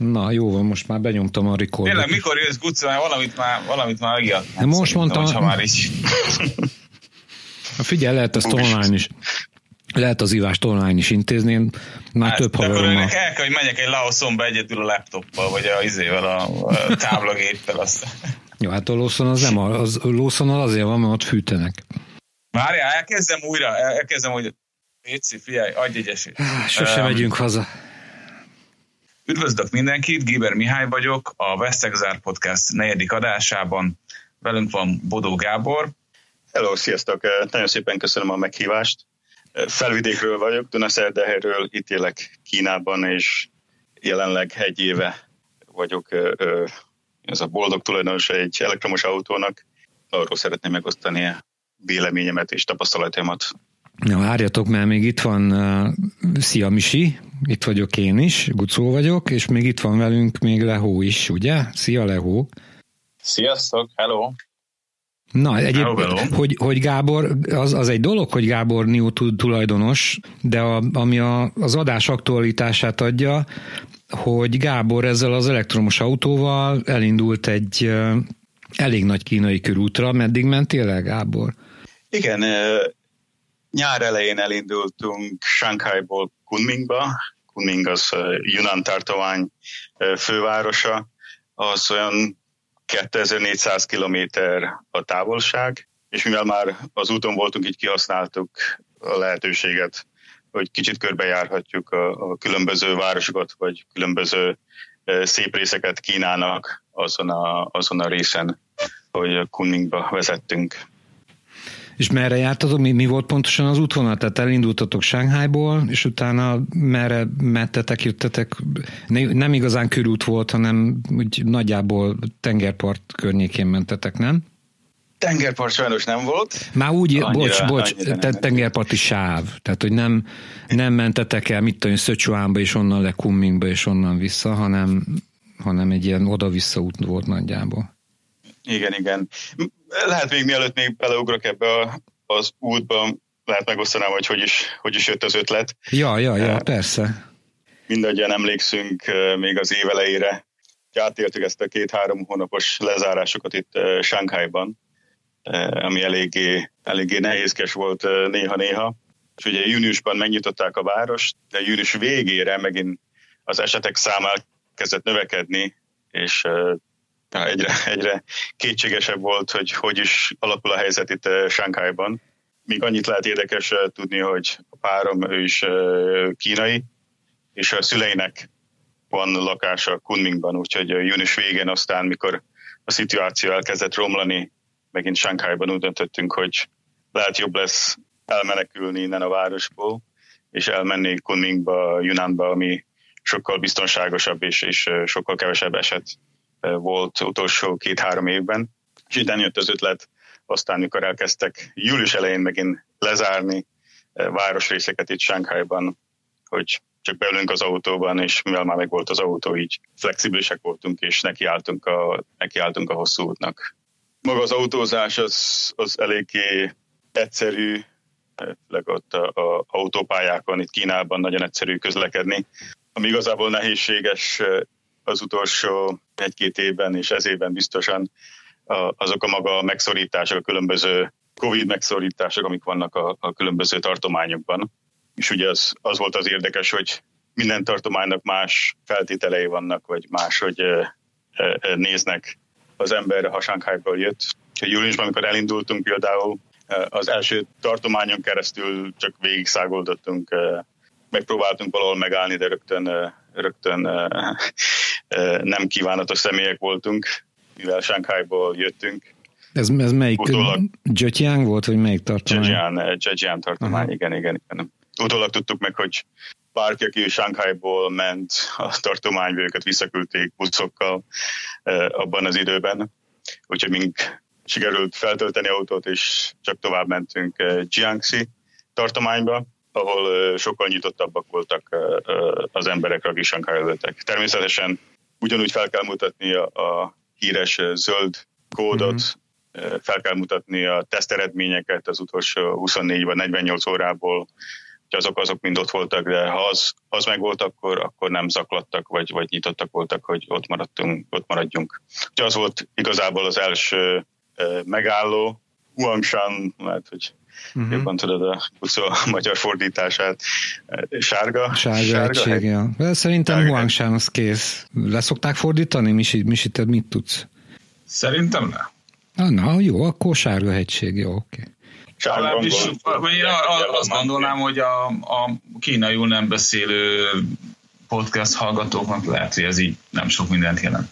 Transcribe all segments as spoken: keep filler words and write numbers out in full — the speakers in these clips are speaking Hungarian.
Na, jó van, most már benyomtam a rekordot. Tényleg, mikor jössz, Gucci, mert valamit már, valamit már megijedtem. Most mondtam, ha már is. Figyelj, lehet ezt online is. Lehet az ívást online is intézni, én már hát, több haverommal. Akkor el kell, hogy menjek egy Laoszonba egyedül a laptoppal, vagy a izével, a, a táblagéppel. Azt. Jó, hát a Lawson az nem, az Lawsonnal azért van, mert ott fűtenek. Várjál, elkezdem újra, elkezdem újra. Léci, figyelj, adj egy esélyt. Sose um, megyünk haza. Üdvözlök mindenkit, Géber Mihály vagyok, a Vesztegzár Podcast negyedik adásában. Velünk van Bodó Gábor. Hello, sziasztok! Nagyon szépen köszönöm a meghívást. Felvidékről vagyok, Dunaszerdehelyről, itt élek Kínában, és jelenleg egy éve vagyok ez a boldog tulajdonosa egy elektromos autónak. Arról szeretném megosztani a véleményemet és tapasztalataimat. Na, várjatok, mert még itt van uh, Szia Misi, itt vagyok én is, Gucó vagyok, és még itt van velünk még Lehó is, ugye? Szia, Lehó! Sziasztok, hello! Na, egyébként, hogy, hogy Gábor, az, az egy dolog, hogy Gábor N I O tulajdonos, de a, ami a, az adás aktualitását adja, hogy Gábor ezzel az elektromos autóval elindult egy uh, elég nagy kínai körútra. Meddig mentél el, Gábor? Igen, nyár elején elindultunk Shanghaiból Kunmingba. Kunming az Yunnan tartomány fővárosa, az olyan kétezer-négyszáz kilométer a távolság, és mivel már az úton voltunk, így kihasználtuk a lehetőséget, hogy kicsit körbejárhatjuk a, a különböző városokat, vagy különböző szép részeket Kínának azon a, azon a részen, hogy Kunmingba vezettünk. És merre jártatok? Mi, mi volt pontosan az útvonal? Tehát elindultatok Shanghaiból, és utána merre mettetek, jöttetek? Nem igazán körút volt, hanem úgy nagyjából tengerpart környékén mentetek, nem? Tengerpart sajnos nem volt. Már úgy, annyira, bocs, bocs, te, tengerparti sáv. Tehát, hogy nem, nem mentetek el, mit tudom, Szöcsuánba, és onnan le Kunmingba, és onnan vissza, hanem, hanem egy ilyen oda-vissza út volt nagyjából. Igen, igen. Lehet még mielőtt még beleugrok ebbe az útba, lehet megosztanám, hogy hogy is, hogy is jött az ötlet. Ja, ja, ja, persze. Mindannyian emlékszünk még az év elejére. Átéltük ezt a két-három hónapos lezárásokat itt Shanghaiban, ami eléggé, eléggé nehézkes volt néha-néha. És ugye júniusban megnyitották a várost, de június végére megint az esetek száma kezdett növekedni, és Egyre, egyre kétségesebb volt, hogy hogy is alakul a helyzet itt Shanghaiban. Még annyit lehet érdekes tudni, hogy a párom ő is kínai, és a szüleinek van lakása Kunmingban, úgyhogy június végén aztán, mikor a szituáció elkezdett romlani, megint Shanghaiban úgy döntöttünk, hogy lehet jobb lesz elmenekülni innen a városból, és elmenni Kunmingba, Yunnanba, ami sokkal biztonságosabb és, és sokkal kevesebb eset volt utolsó két-három évben, és innen jött az ötlet, aztán mikor elkezdtek július elején megint lezárni városrészeket itt Shanghaiban, hogy csak beülünk az autóban, és mivel már meg volt az autó, így flexibilisek voltunk, és nekiálltunk a, nekiálltunk a hosszú útnak. Maga az autózás az, az eléggé egyszerű, ott a, a autópályákon, itt Kínában nagyon egyszerű közlekedni. Ami igazából nehézséges az utolsó egy-két évben, és ez évben biztosan azok a maga megszorítások, a különböző Covid megszorítások, amik vannak a, a különböző tartományokban. És ugye az, az volt az érdekes, hogy minden tartománynak más feltételei vannak, vagy máshogy néznek az ember, ha Shanghaiból jött. Júliusban, amikor elindultunk például, az első tartományon keresztül csak végig száguldottunk, megpróbáltunk valahol megállni, de rögtön, rögtön nem kívánatos személyek voltunk, mivel Shanghaiból jöttünk. Ez, ez melyik? Zhejiang volt, vagy melyik tartomány? Zhejiang, Zhejiang tartomány, uh-huh. igen, igen, igen. Utólag tudtuk meg, hogy bárki, aki Shanghaiból ment a tartományba, őket visszaküldték buszokkal abban az időben. Úgyhogy mink sikerült feltölteni autót, és csak tovább mentünk Jiangxi tartományba, ahol sokkal nyitottabbak voltak az emberek, akik Shanghaiba jöttek. Természetesen ugyanúgy fel kell mutatni a, a híres zöld kódot, mm-hmm. fel kell mutatni a teszteredményeket az utolsó huszonnégy vagy negyvennyolc órából, azok, azok mind ott voltak, de ha az, az meg volt, akkor, akkor nem zaklattak, vagy, vagy nyitottak voltak, hogy ott, maradtunk, ott maradjunk. Úgyhogy az volt igazából az első uh, megálló, Huangshan, lehet, hogy uh-huh. jobban tudod a buszó magyar fordítását, sárga. Sárga, sárga egység, ja. Szerintem sárga. Huangshan az kész. Leszokták fordítani? Misi, Misi, te mit tudsz? Szerintem nem. Ah, na, jó, akkor sárga hegység, jó, oké. Okay. Is, vagy én azt gondolnám, hogy a, a kínaiul nem beszélő podcast hallgatóknak lehet, hogy ez így nem sok mindent jelent.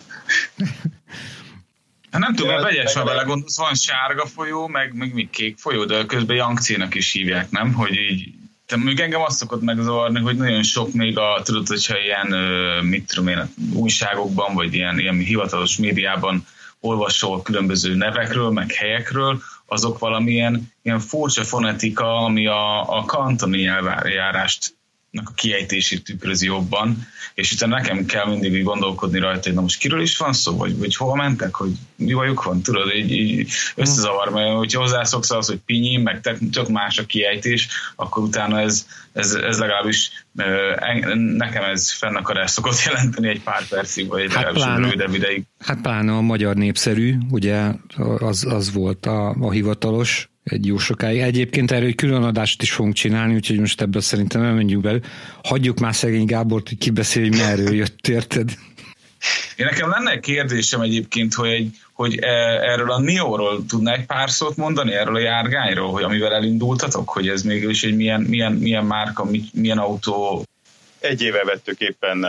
Hát nem tudom, mert vegyes, ha belegondolsz, van sárga folyó, meg, meg még kék folyó, de közben Yangtze-nak is hívják, nem? Hogy így, te még engem azt szokott megzavarni, hogy nagyon sok még a, tudod, hogyha ilyen, mit tudom én, újságokban, vagy ilyen, ilyen hivatalos médiában olvasol különböző nevekről, meg helyekről, azok valamilyen ilyen furcsa fonetika, ami a, a kantoni eljárást a kiejtését tükrözi jobban, és utána nekem kell mindig így gondolkodni rajta, hogy na most kiről is van szó, vagy, vagy hova mentek, hogy mi bajuk van, tudod, így, így összezavar, mert hogyha hozzászoksz az, hogy pinyi, meg tök más a kiejtés, akkor utána ez, ez, ez legalábbis nekem ez fennakadás szokott jelenteni egy pár percig, vagy egy hát legalábbis rövidebb ideig. Hát pláne a magyar népszerű, ugye az, az volt a, a hivatalos, egy jó sokáig. Egyébként erről egy külön adást is fogunk csinálni, úgyhogy most ebből szerintem nem menjünk belőle. Hagyjuk már szegény Gábort, hogy kibeszélj, hogy merről jött, érted? Én nekem lenne egy kérdésem egyébként, hogy, egy, hogy erről a Nio-ról tudná egy pár szót mondani, erről a járgányról, hogy amivel elindultatok, hogy ez mégis egy milyen, milyen, milyen márka, milyen autó? Egy éve vettük éppen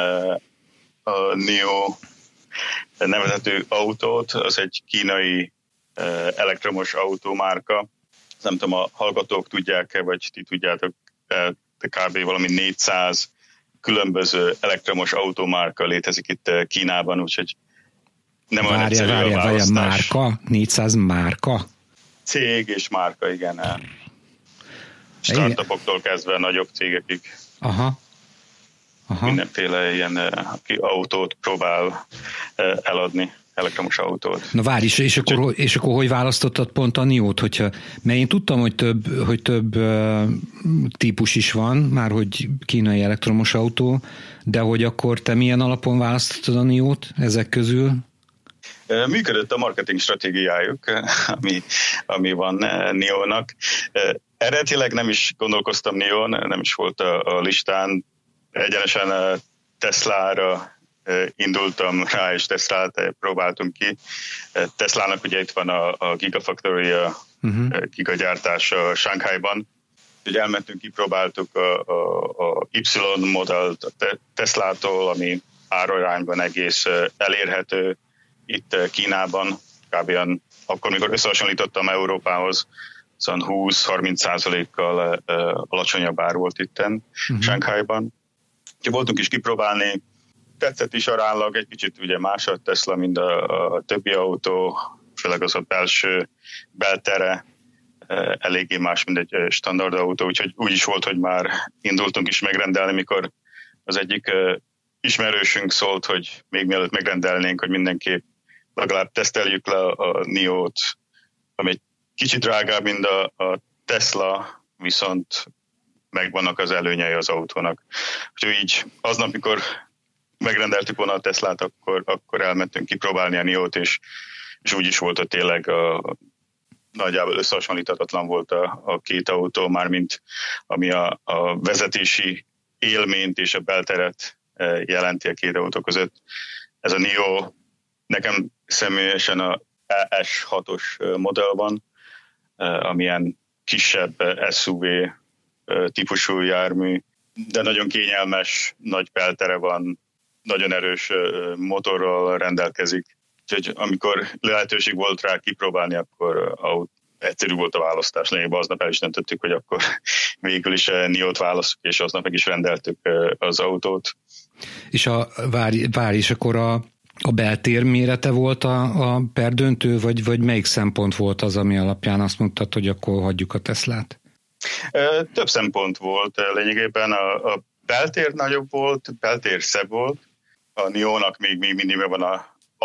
a Nio nevezetű autót, az egy kínai elektromos autómárka. Nem tudom, a hallgatók tudják-e, vagy ti tudjátok, de kb. Valami négyszáz különböző elektromos autómárka létezik itt Kínában, úgyhogy nem olyan várja, egyszerű várja, a választás. Várja, márka? négyszáz márka? Cég és márka, igen. Startupoktól kezdve nagyobb cégekig. Aha. Aha. Mindenféle ilyen autót próbál eladni. Elektromos autót. Na várj, és, és, akkor, és akkor hogy választottad pont a Niót? Hogyha, mert én tudtam, hogy több, hogy több uh, típus is van, már hogy kínai elektromos autó, de hogy akkor te milyen alapon választottad a Niót ezek közül? Működött a marketing stratégiájuk, ami, ami van Niónak. Eredetileg nem is gondolkoztam Nión, nem is volt a, a listán. Egyenesen Teslára indultam rá, és Teslát próbáltunk ki. Teslának ugye itt van a, a Gigafactory, a uh-huh. gigagyártása Shanghaiban. Ugye elmentünk, kipróbáltuk a, a, a Y modellt a Teslától, ami árarányban egész elérhető itt Kínában. Kb. Akkor, mikor összehasonlítottam Európához, szóval húsz-harminc százalékkal alacsonyabb ár volt itten uh-huh. Shanghaiban. Úgyhogy voltunk is kipróbálni. Tetszett is aránylag, egy kicsit ugye más a Tesla, mint a, a többi autó, főleg az a belső beltere eléggé más, mint egy standard autó, úgyhogy úgy is volt, hogy már indultunk is megrendelni, mikor az egyik ismerősünk szólt, hogy még mielőtt megrendelnénk, hogy mindenképp legalább teszteljük le a Niót, ami egy kicsit drágább, mint a, a Tesla, viszont megvannak az előnyei az autónak. Úgyhogy így aznap, mikor megrendeltük volna a Teslát, akkor, akkor elmentünk kipróbálni a Niót, és, és úgy is volt, hogy tényleg a, nagyjából összehasonlíthatatlan volt a, a két autó, mármint ami a, a vezetési élményt és a belteret jelenti a két autó között. Ez a Nio nekem személyesen a E S hatos modell van, amilyen kisebb es u vé típusú jármű, de nagyon kényelmes, nagy beltere van, nagyon erős motorral rendelkezik. Úgyhogy amikor lehetőség volt rá kipróbálni, akkor egyszerű volt a választás. Lényegben aznap el is döntöttük, hogy akkor végül is Niót választjuk, és aznap meg is rendeltük az autót. És a várj, várj és akkor a, a beltér mérete volt a, a perdöntő, vagy, vagy melyik szempont volt az, ami alapján azt mondtad, hogy akkor hagyjuk a Teslát? Több szempont volt. Lényegében a, a beltér nagyobb volt, beltér szebb volt. A Niónak még, még mindig van az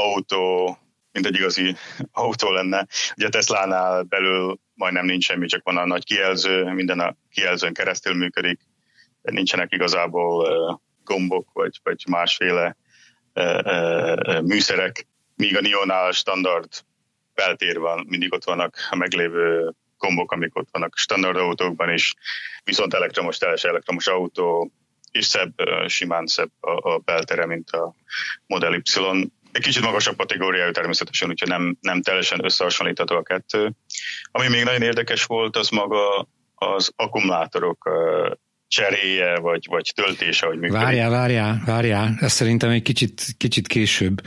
autó, mint egy igazi autó lenne. Ugye a Teslánál belül majdnem nincs semmi, csak van a nagy kijelző, minden a kijelzőn keresztül működik. nincsenek igazából gombok, vagy, vagy másféle műszerek, míg a Niónál standard beltér van, mindig ott vannak a meglévő gombok, amik ott vannak standard autókban is, viszont elektromos, teljesen elektromos autó, és szebb, simán szebb a, a beltere, mint a Model Y. Egy kicsit magasabb kategóriájú természetesen, úgyhogy nem, nem teljesen összehasonlítható a kettő. Ami még nagyon érdekes volt, az maga az akkumulátorok cseréje, vagy, vagy töltése, hogy működik. Várjál, várjál, várjál, ez szerintem egy kicsit, kicsit később,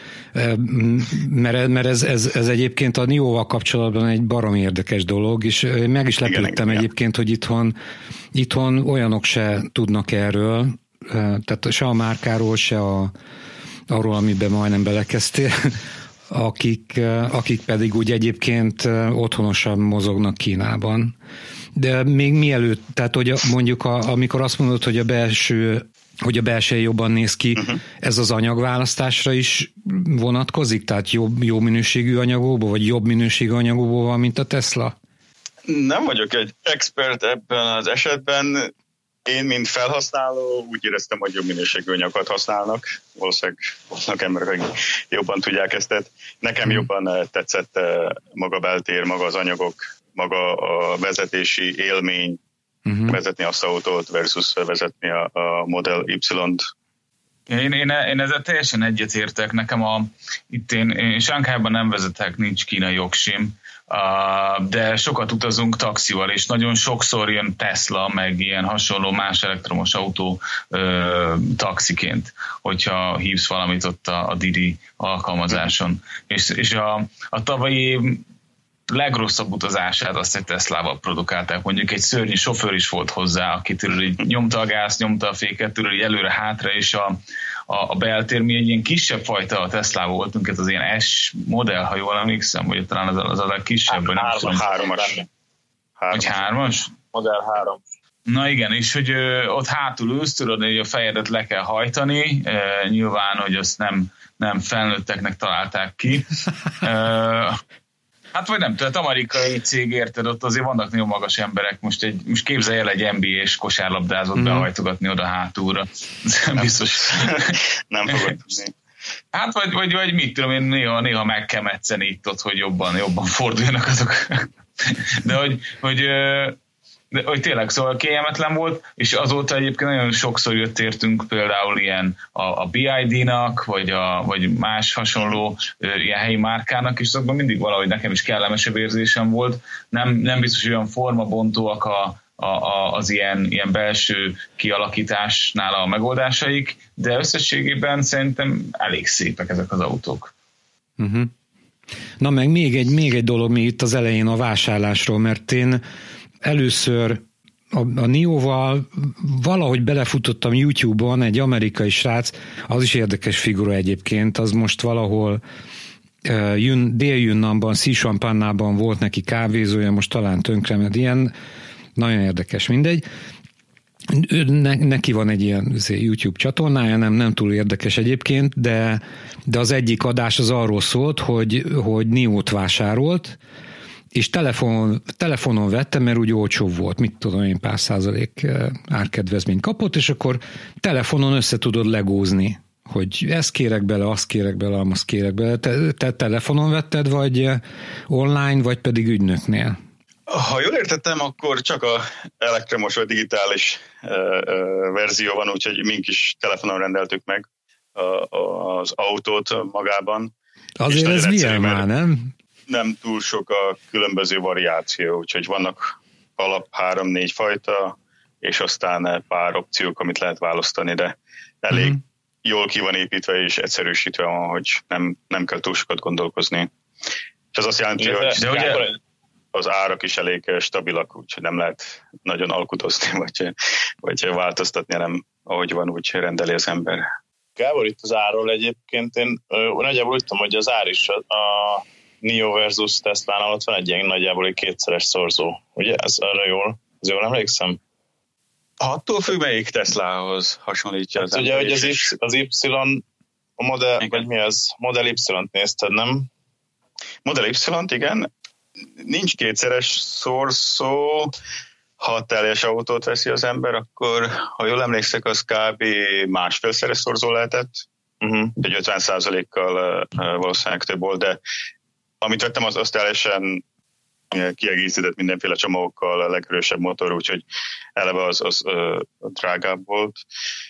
mert, mert ez, ez, ez egyébként a Nióval kapcsolatban egy baromi érdekes dolog, és meg is lepődtem egyébként, hogy itthon, itthon olyanok se tudnak erről, tehát se a márkáról, se a, arról, amiben majdnem belekezdtél, akik, akik pedig úgy egyébként otthonosan mozognak Kínában. De még mielőtt, tehát hogy mondjuk a, amikor azt mondod, hogy a belső, hogy a belseje jobban néz ki, uh-huh. ez az anyagválasztásra is vonatkozik? Tehát jobb, jó minőségű anyagokból, vagy jobb minőségű anyagokból van, mint a Tesla? Nem vagyok egy expert ebben az esetben. Én, mint felhasználó, úgy éreztem, hogy jobb minőségű anyagokat használnak. Valószínűleg vannak emberek, akik jobban tudják ezt. Nekem jobban tetszett maga beltér, maga az anyagok, maga a vezetési élmény, uh-huh. vezetni azt az autót versus vezetni a, a Model Y-t. Én, én, én ezzel teljesen egyetértek. Nekem a, itt én, én Sánkhájban nem vezetek, nincs kínai jogsim, uh, de sokat utazunk taxival, és nagyon sokszor jön Tesla, meg ilyen hasonló más elektromos autó uh, taxiként, hogyha hívsz valamit ott a, a Didi alkalmazáson. Uh-huh. És, és a, a tavalyi év legrosszabb utazását azt egy Teslával produkálták. Mondjuk egy szörnyű sofőr is volt hozzá, aki tőle így nyomta a gáz, nyomta a féket, tőle így előre-hátra, és a, a, a beltér, mi egy ilyen kisebb fajta a Teslával voltunk, ez az ilyen S modell, ha jól emlékszem, vagy talán az, az a legkisebb, vagy nem tudom. Hármas. Vagy hármas? Modell három. Na igen, és hogy ö, ott hátul ülsz, tudod, hogy a fejedet le kell hajtani, ö, nyilván, hogy azt nem, nem felnőtteknek találták ki. Ö, Hát vagy nem, tehát amerikai cég, érted, ott azért vannak nagyon magas emberek, most, egy, most képzelj el egy en bé á-s kosárlabdázót mm. behajtogatni oda hátulra. Biztos. Nem fogod tudni. Hát vagy, vagy, vagy mit tudom én, néha, néha meg kell metszeni itt ott, hogy jobban, jobban forduljanak azok. De hogy, hogy, de, hogy tényleg szóval kényelmetlen volt, és azóta egyébként nagyon sokszor jött értünk például ilyen a, a bé i dé-nak, vagy, a, vagy más hasonló ilyen helyi márkának, és azokban mindig valahogy nekem is kellemesebb érzésem volt. Nem, nem biztos, hogy olyan formabontóak a, a, a, az ilyen, ilyen belső kialakításnál a megoldásaik, de összességében szerintem elég szépek ezek az autók. Uh-huh. Na meg még egy, még egy dolog még itt az elején a vásárlásról, mert én először a, a Nióval valahogy belefutottam YouTube-on, egy amerikai srác, az is érdekes figura egyébként, az most valahol uh, Yun, Dél-Yunnanban, Sichuan-Pannában volt neki kávézója, most talán tönkremed, ilyen nagyon érdekes, mindegy. Ne, neki van egy ilyen YouTube csatornája, nem, nem túl érdekes egyébként, de, de az egyik adás az arról szólt, hogy, hogy Niót vásárolt, és telefonon, telefonon vettem, mert úgy olcsó volt, mit tudom én, pár százalék árkedvezményt kapott, és akkor telefonon össze tudod legózni, hogy ezt kérek bele, azt kérek bele, azt kérek bele. Te, te telefonon vetted, vagy online, vagy pedig ügynöknél? Ha jól értettem, akkor csak a elektromos vagy digitális uh, uh, verzió van, úgyhogy mink is telefonon rendeltük meg uh, az autót magában. Azért ez milyen már, nem? Nem túl sok a különböző variáció, úgyhogy vannak alap három-négy fajta, és aztán pár opciók, amit lehet választani, de elég uh-huh. jól ki van építve és egyszerűsítve van, hogy nem, nem kell túl sokat gondolkozni. És ez azt jelenti, de, hogy de ugye, az árak is elég stabilak, úgyhogy nem lehet nagyon alkudozni, vagy, vagy változtatni, hanem ahogy van, úgy rendeli az ember. Gábor, itt az árról egyébként én nagyjából úgy tudom, hogy az ár is a, a Nio versus Tesla-nál ott van egy ilyen nagyjából egy kétszeres szorzó. Ugye? Ez arra jól? Ez jól emlékszem? Attól függ, melyik Teslahoz hasonlítja az hát ugye, hogy az, Y, az Y, a modell, igen. Vagy mi az? Model Y-t nézted, nem? Model Y-t, igen. Nincs kétszeres szorzó, ha teljes autót veszi az ember, akkor, ha jól emlékszek, az kb. Másfélszeres szorzó lehetett, uh-huh. egy ötven százalékkal valószínűleg több volt, de amit vettem, az, az teljesen kiegészített mindenféle csomagokkal, a legerősebb motor, úgyhogy eleve az, az uh, drágább volt.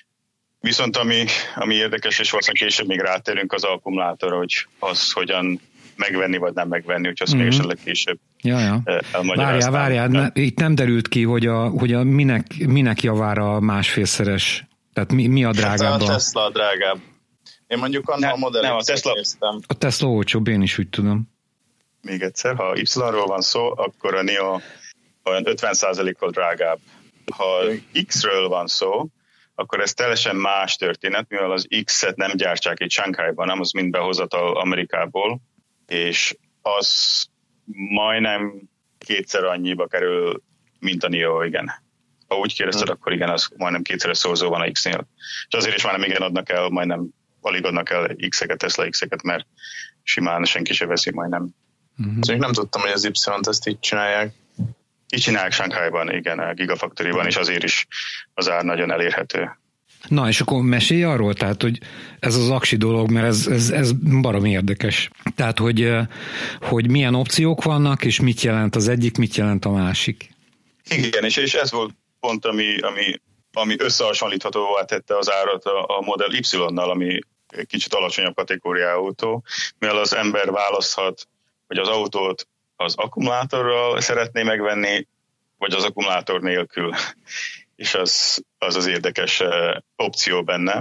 Viszont ami, ami érdekes, és valószínűleg később még rátérünk az akkumulátor, hogy az hogyan megvenni, vagy nem megvenni, úgyhogy azt mm-hmm. még esetleg később ja, ja. Várjál, várjál, ne, itt nem derült ki, hogy a, hogy a minek, minek javára a másfélszeres, tehát mi, mi a drágább? Hát a Tesla a drágább. Én mondjuk annál a Model a Tesla néztem. A Tesla olcsóbb, én is úgy tudom. Még egyszer, ha Y-ról van szó, akkor a Nio olyan ötven százalékkal drágább. Ha X-ről van szó, akkor ez teljesen más történet, mivel az X-et nem gyártsák itt Shanghaiban, nem, az mind behozatal Amerikából, és az majdnem kétszer annyiba kerül, mint a Nio, igen. Ha úgy kérdezted, akkor igen, az majdnem kétszeres szorzó van a X-nél. És azért is már nem igen adnak el, majdnem alig adnak el X-eket, Tesla X-eket, mert simán senki se veszi majdnem. Uh-huh. Szóval nem tudtam, hogy az Y-t ezt így csinálják. Így csinálják Shanghaiban, igen, a Gigafactory-ban, és azért is az ár nagyon elérhető. Na, és akkor mesélj arról, tehát, hogy ez az aksi dolog, mert ez, ez, ez baromi érdekes. Tehát, hogy, hogy milyen opciók vannak, és mit jelent az egyik, mit jelent a másik. Igen, és, és ez volt pont, ami, ami, ami összehasonlíthatóvá tette az árat a, a Model Y-nal, ami kicsit alacsonyabb kategóriá autó, mivel az ember választhat, hogy az autót az akkumulátorral szeretné megvenni, vagy az akkumulátor nélkül. És az, az az érdekes opció benne.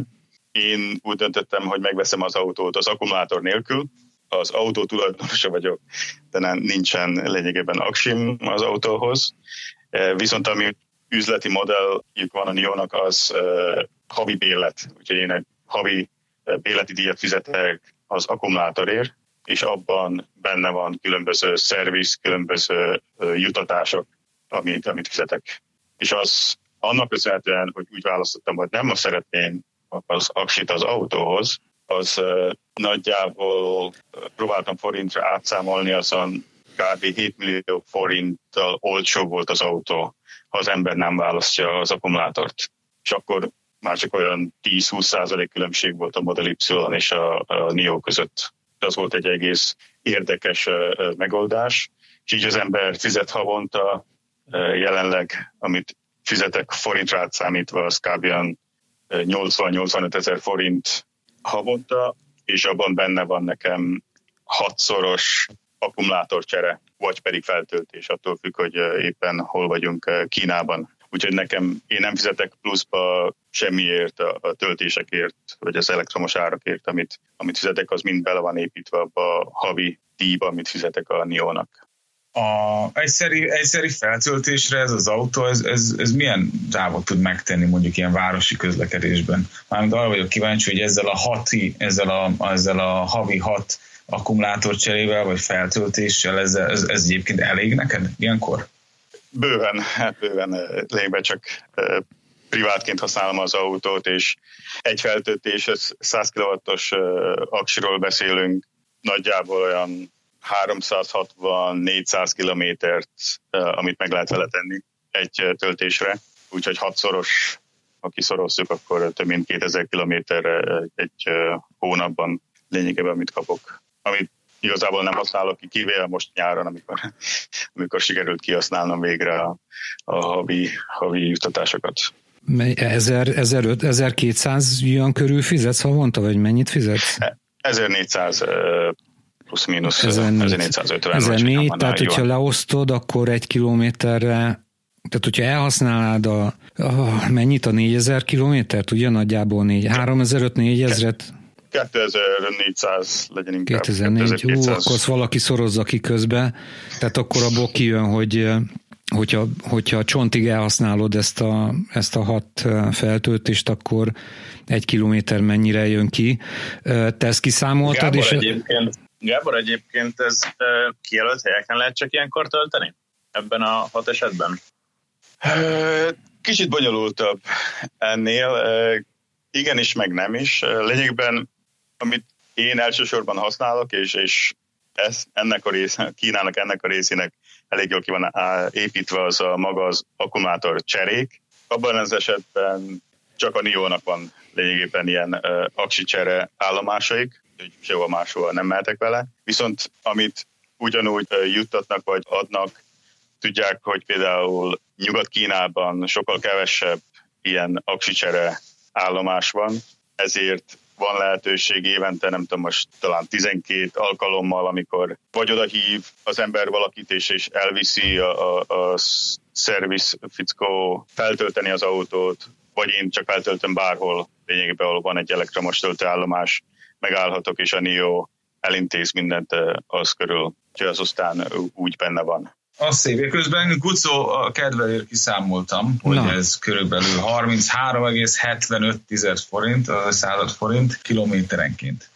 Én úgy döntöttem, hogy megveszem az autót az akkumulátor nélkül. Az autó tulajdonosa vagyok, de nem, nincsen lényegében aksim az autóhoz. Viszont ami üzleti modelljük van a Nio-nak, az havi bérlet. Úgyhogy én egy havi bérleti díjat fizetek az akkumulátorért, és abban benne van különböző szerviz, különböző jutatások, amit, amit fizetek. És az annak köszönhetően, hogy úgy választottam, hogy nem azt szeretném az aksit az autóhoz, az uh, nagyjából próbáltam forintra átszámolni, azon kb. hét millió forinttal olcsóbb volt az autó, ha az ember nem választja az akkumulátort. És akkor már csak olyan tíz-húsz százalék különbség volt a Model Y és a, a Nio között. Az volt egy egész érdekes uh, megoldás, és így az ember fizet havonta uh, jelenleg, amit fizetek forintra átszámítva, az kb. nyolcvan-nyolcvanöt ezer forint havonta, és abban benne van nekem hatszoros akkumulátorcsere, vagy pedig feltöltés, attól függ, hogy éppen hol vagyunk Kínában. Úgyhogy nekem, én nem fizetek pluszba semmiért a, a töltésekért, vagy az elektromos árakért, amit, amit fizetek, az mind bele van építve abba a havi díjba, amit fizetek a Nio-nak. A egyszeri, egyszeri feltöltésre ez az autó, ez, ez, ez milyen távot tud megtenni mondjuk ilyen városi közlekedésben? Mármint arra vagyok kíváncsi, hogy ezzel a, hati, ezzel a, ezzel a havi hat akkumulátorcserével vagy feltöltéssel ez, ez, ez egyébként elég neked ilyenkor? Bőven, hát bőven lényegben csak uh, privátként használom az autót, és egy feltöltés, száz kilowattos uh, aksiról beszélünk, nagyjából olyan háromszázhatvan-négyszáz kilométert, uh, amit meg lehet vele tenni egy uh, töltésre, úgyhogy hatszoros, ha kiszorozzuk, akkor több mint kétezer kilométerre egy uh, hónapban lényegében amit kapok. Amit igazából nem használok ki, kivéve most nyáron, amikor, amikor sikerült kihasználnom végre a, a havi, havi juttatásokat. ezer-kétszáz jön körül fizetsz havonta, vagy mennyit fizetsz? ezernégyszáz plusz-minusz ezernégyszázötven. ezernégy, tehát hogyha leosztod, akkor egy kilométerre, tehát hogyha elhasználnád a, a mennyit, a négyezer kilométert, ugye nagyjából négy, háromezer-öt-négyezret? kétezer-négyszáz legyen inkább. kétezer-négy, ú, akkor azt valaki szorozza ki közbe, tehát akkor abból kijön, hogy hogyha, hogyha csontig elhasználod ezt a, ezt a hat feltöltést, akkor egy kilométer mennyire jön ki. Te ezt kiszámoltad? Gábor, és egyébként, Gábor, egyébként ez kijelölt helyeken lehet csak ilyenkor tölteni? Ebben a hat esetben? Kicsit bonyolultabb ennél. Igen is, meg nem is. Lényegben, amit én elsősorban használok, és, és ez, ennek a rész, Kínának ennek a részének elég jól ki van építve az a maga az akkumulátor cserék. Abban az esetben csak a NIO-nak van lényegében ilyen uh, aksicsere állomásaik, hogy sehol máshol nem mehetek vele. Viszont amit ugyanúgy uh, juttatnak vagy adnak, tudják, hogy például Nyugat-Kínában sokkal kevesebb ilyen aksicsere állomás van, ezért van lehetőség évente, nem tudom, most talán tizenkét alkalommal, amikor vagy oda hív az ember valakit, és, és elviszi a, a, a szerviz fickó feltölteni az autót, vagy én csak feltöltöm bárhol, lényegében ahol van egy elektromos töltőállomás, megállhatok, és a NIO elintéz mindent az körül, úgyhogy az aztán úgy benne van. Az szép. Közben Gucó a kedvelőért kiszámoltam, hogy Na. ez körülbelül harminchárom egész hetvenöt forint, az század forint kilométerenként.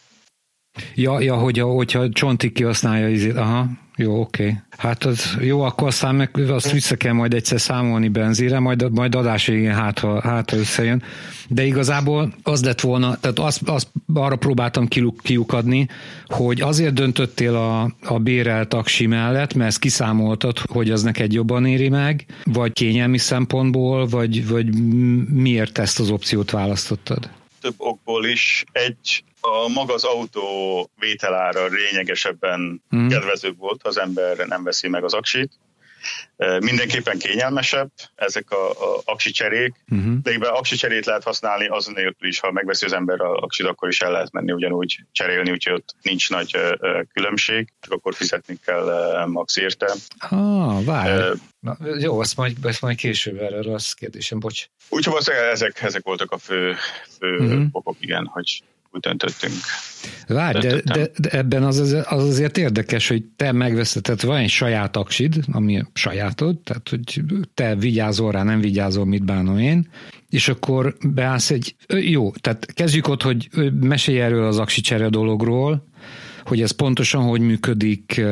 Ja, ja hogy a, hogyha Csontig kihasználja, izé, aha, jó, oké. Okay. Hát az jó, akkor aztán meg azt vissza kell majd egyszer számolni benzínre, majd, majd adás végén hát, ha, hát, ha összejön. De igazából az lett volna, tehát azt, azt arra próbáltam kiukadni, hogy azért döntöttél a, a bérelt aksi mellett, mert ezt kiszámoltad, hogy az neked jobban éri meg, vagy kényelmi szempontból, vagy, vagy miért ezt az opciót választottad? Több okból is. Egy, a maga az autó vételára lényegesebben mm. kedvezőbb volt, ha az ember nem veszi meg az aksit. Mindenképpen kényelmesebb ezek a, a aksi cserék, uh-huh. de egyben aksi cserét lehet használni azon nélkül is, ha megveszi az ember a aksit, akkor is el lehet menni ugyanúgy cserélni, úgyhogy ott nincs nagy uh, különbség, csak akkor fizetni kell uh, max érte. Ah, várj. Uh, Na, jó, ezt majd, ezt majd később erre rossz kérdésem, bocs. Úgyhogy ezek, ezek voltak a fő, fő uh-huh. okok, igen, hogy úgy döntöttünk. Várj, de, de, de ebben az, az, az azért érdekes, hogy te megveszed, tehát van egy saját aksid, ami sajátod, tehát hogy te vigyázol rá, nem vigyázol, mit bánom én, és akkor beállsz egy, jó, tehát kezdjük ott, hogy mesélj erről az aksicsere dologról, hogy ez pontosan hogy működik,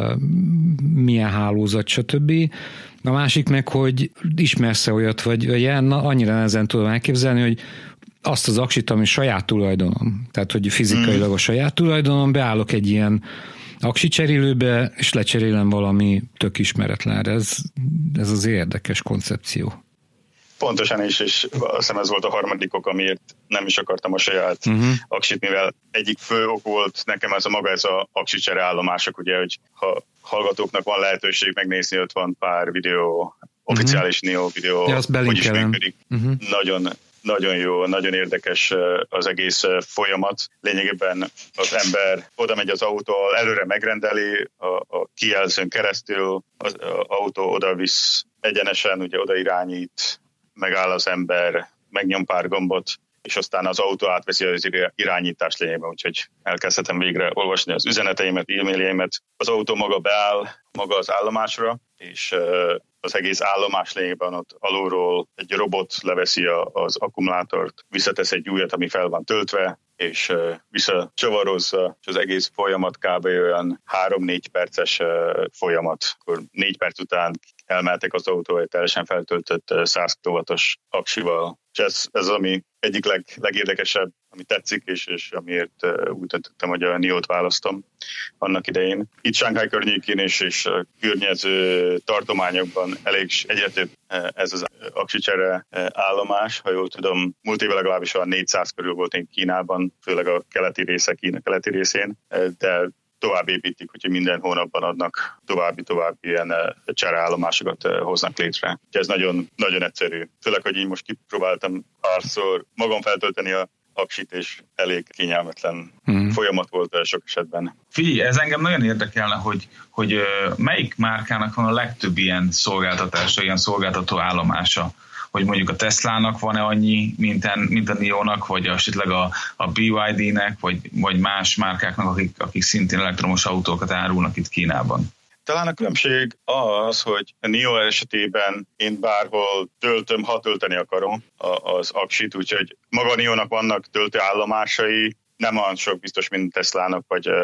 milyen hálózat, stb. A másik meg, hogy ismersz-e olyat, vagy, vagy na, annyira nehezen tudom elképzelni, hogy azt az aksit, ami saját tulajdonom, tehát hogy fizikailag a saját tulajdonom, beállok egy ilyen aksi cserélőbe, és lecserélem valami tök ismeretlenre. Ez, ez az érdekes koncepció. Pontosan is, és azt hiszem ez volt a harmadik ok, amiért nem is akartam a saját uh-huh. aksit, mivel egyik fő ok volt nekem ez a maga, ez a aksi csere állomások, ugye, hogy ha hallgatóknak van lehetőség megnézni, ott van pár videó, oficiális uh-huh. NIO videó, ja, hogy is működik. Uh-huh. Nagyon Nagyon jó, nagyon érdekes az egész folyamat. Lényegében az ember oda megy az autóval, előre megrendeli a, a kijelzőn keresztül, az autó oda visz egyenesen, ugye oda irányít, megáll az ember, megnyom pár gombot, és aztán az autó átveszi az irányítást lényegében, úgyhogy elkezdhetem végre olvasni az üzeneteimet, e-mailjeimet. Az autó maga beáll, maga az állomásra, és az egész állomás lényegében ott alulról egy robot leveszi az akkumulátort, visszatesz egy újat, ami fel van töltve, és visszacsavarozza, és az egész folyamat kb. Olyan három-négy perces folyamat. Akkor négy perc után elmehetek az autó egy teljesen feltöltött száz kilowattos aksival. És ez, ez ami egyik leg, legérdekesebb, ami tetszik, és, és amiért úgy döntöttem, hogy a NIO-t választom annak idején. Itt Shanghai környékén és, és környező tartományokban elég egyre több ez az aksicsere állomás, ha jól tudom, múlt éve legalábbis a négyszáz körül volt én Kínában, főleg a keleti része, Kína keleti részén, de tovább építik, hogy minden hónapban adnak további-további ilyen csereállomásokat hoznak létre. Úgyhogy ez nagyon, nagyon egyszerű. Főleg, hogy én most kipróbáltam párszor magam feltölteni a aksit, és elég kényelmetlen hmm. folyamat volt sok esetben. Figyelj, ez engem nagyon érdekelne, hogy, hogy melyik márkának van a legtöbb ilyen szolgáltatása, ilyen szolgáltató állomása, hogy mondjuk a Teslának van-e annyi, mint a, mint a NIO-nak, vagy esetleg a, a bé ipszilon dé-nek, vagy, vagy más márkáknak, akik, akik szintén elektromos autókat árulnak itt Kínában. Talán a különbség az, hogy a NIO esetében én bárhol töltöm, ha tölteni akarom az aksit, úgyhogy maga a NIO-nak vannak töltőállomásai, nem olyan sok biztos, mint Teslának, vagy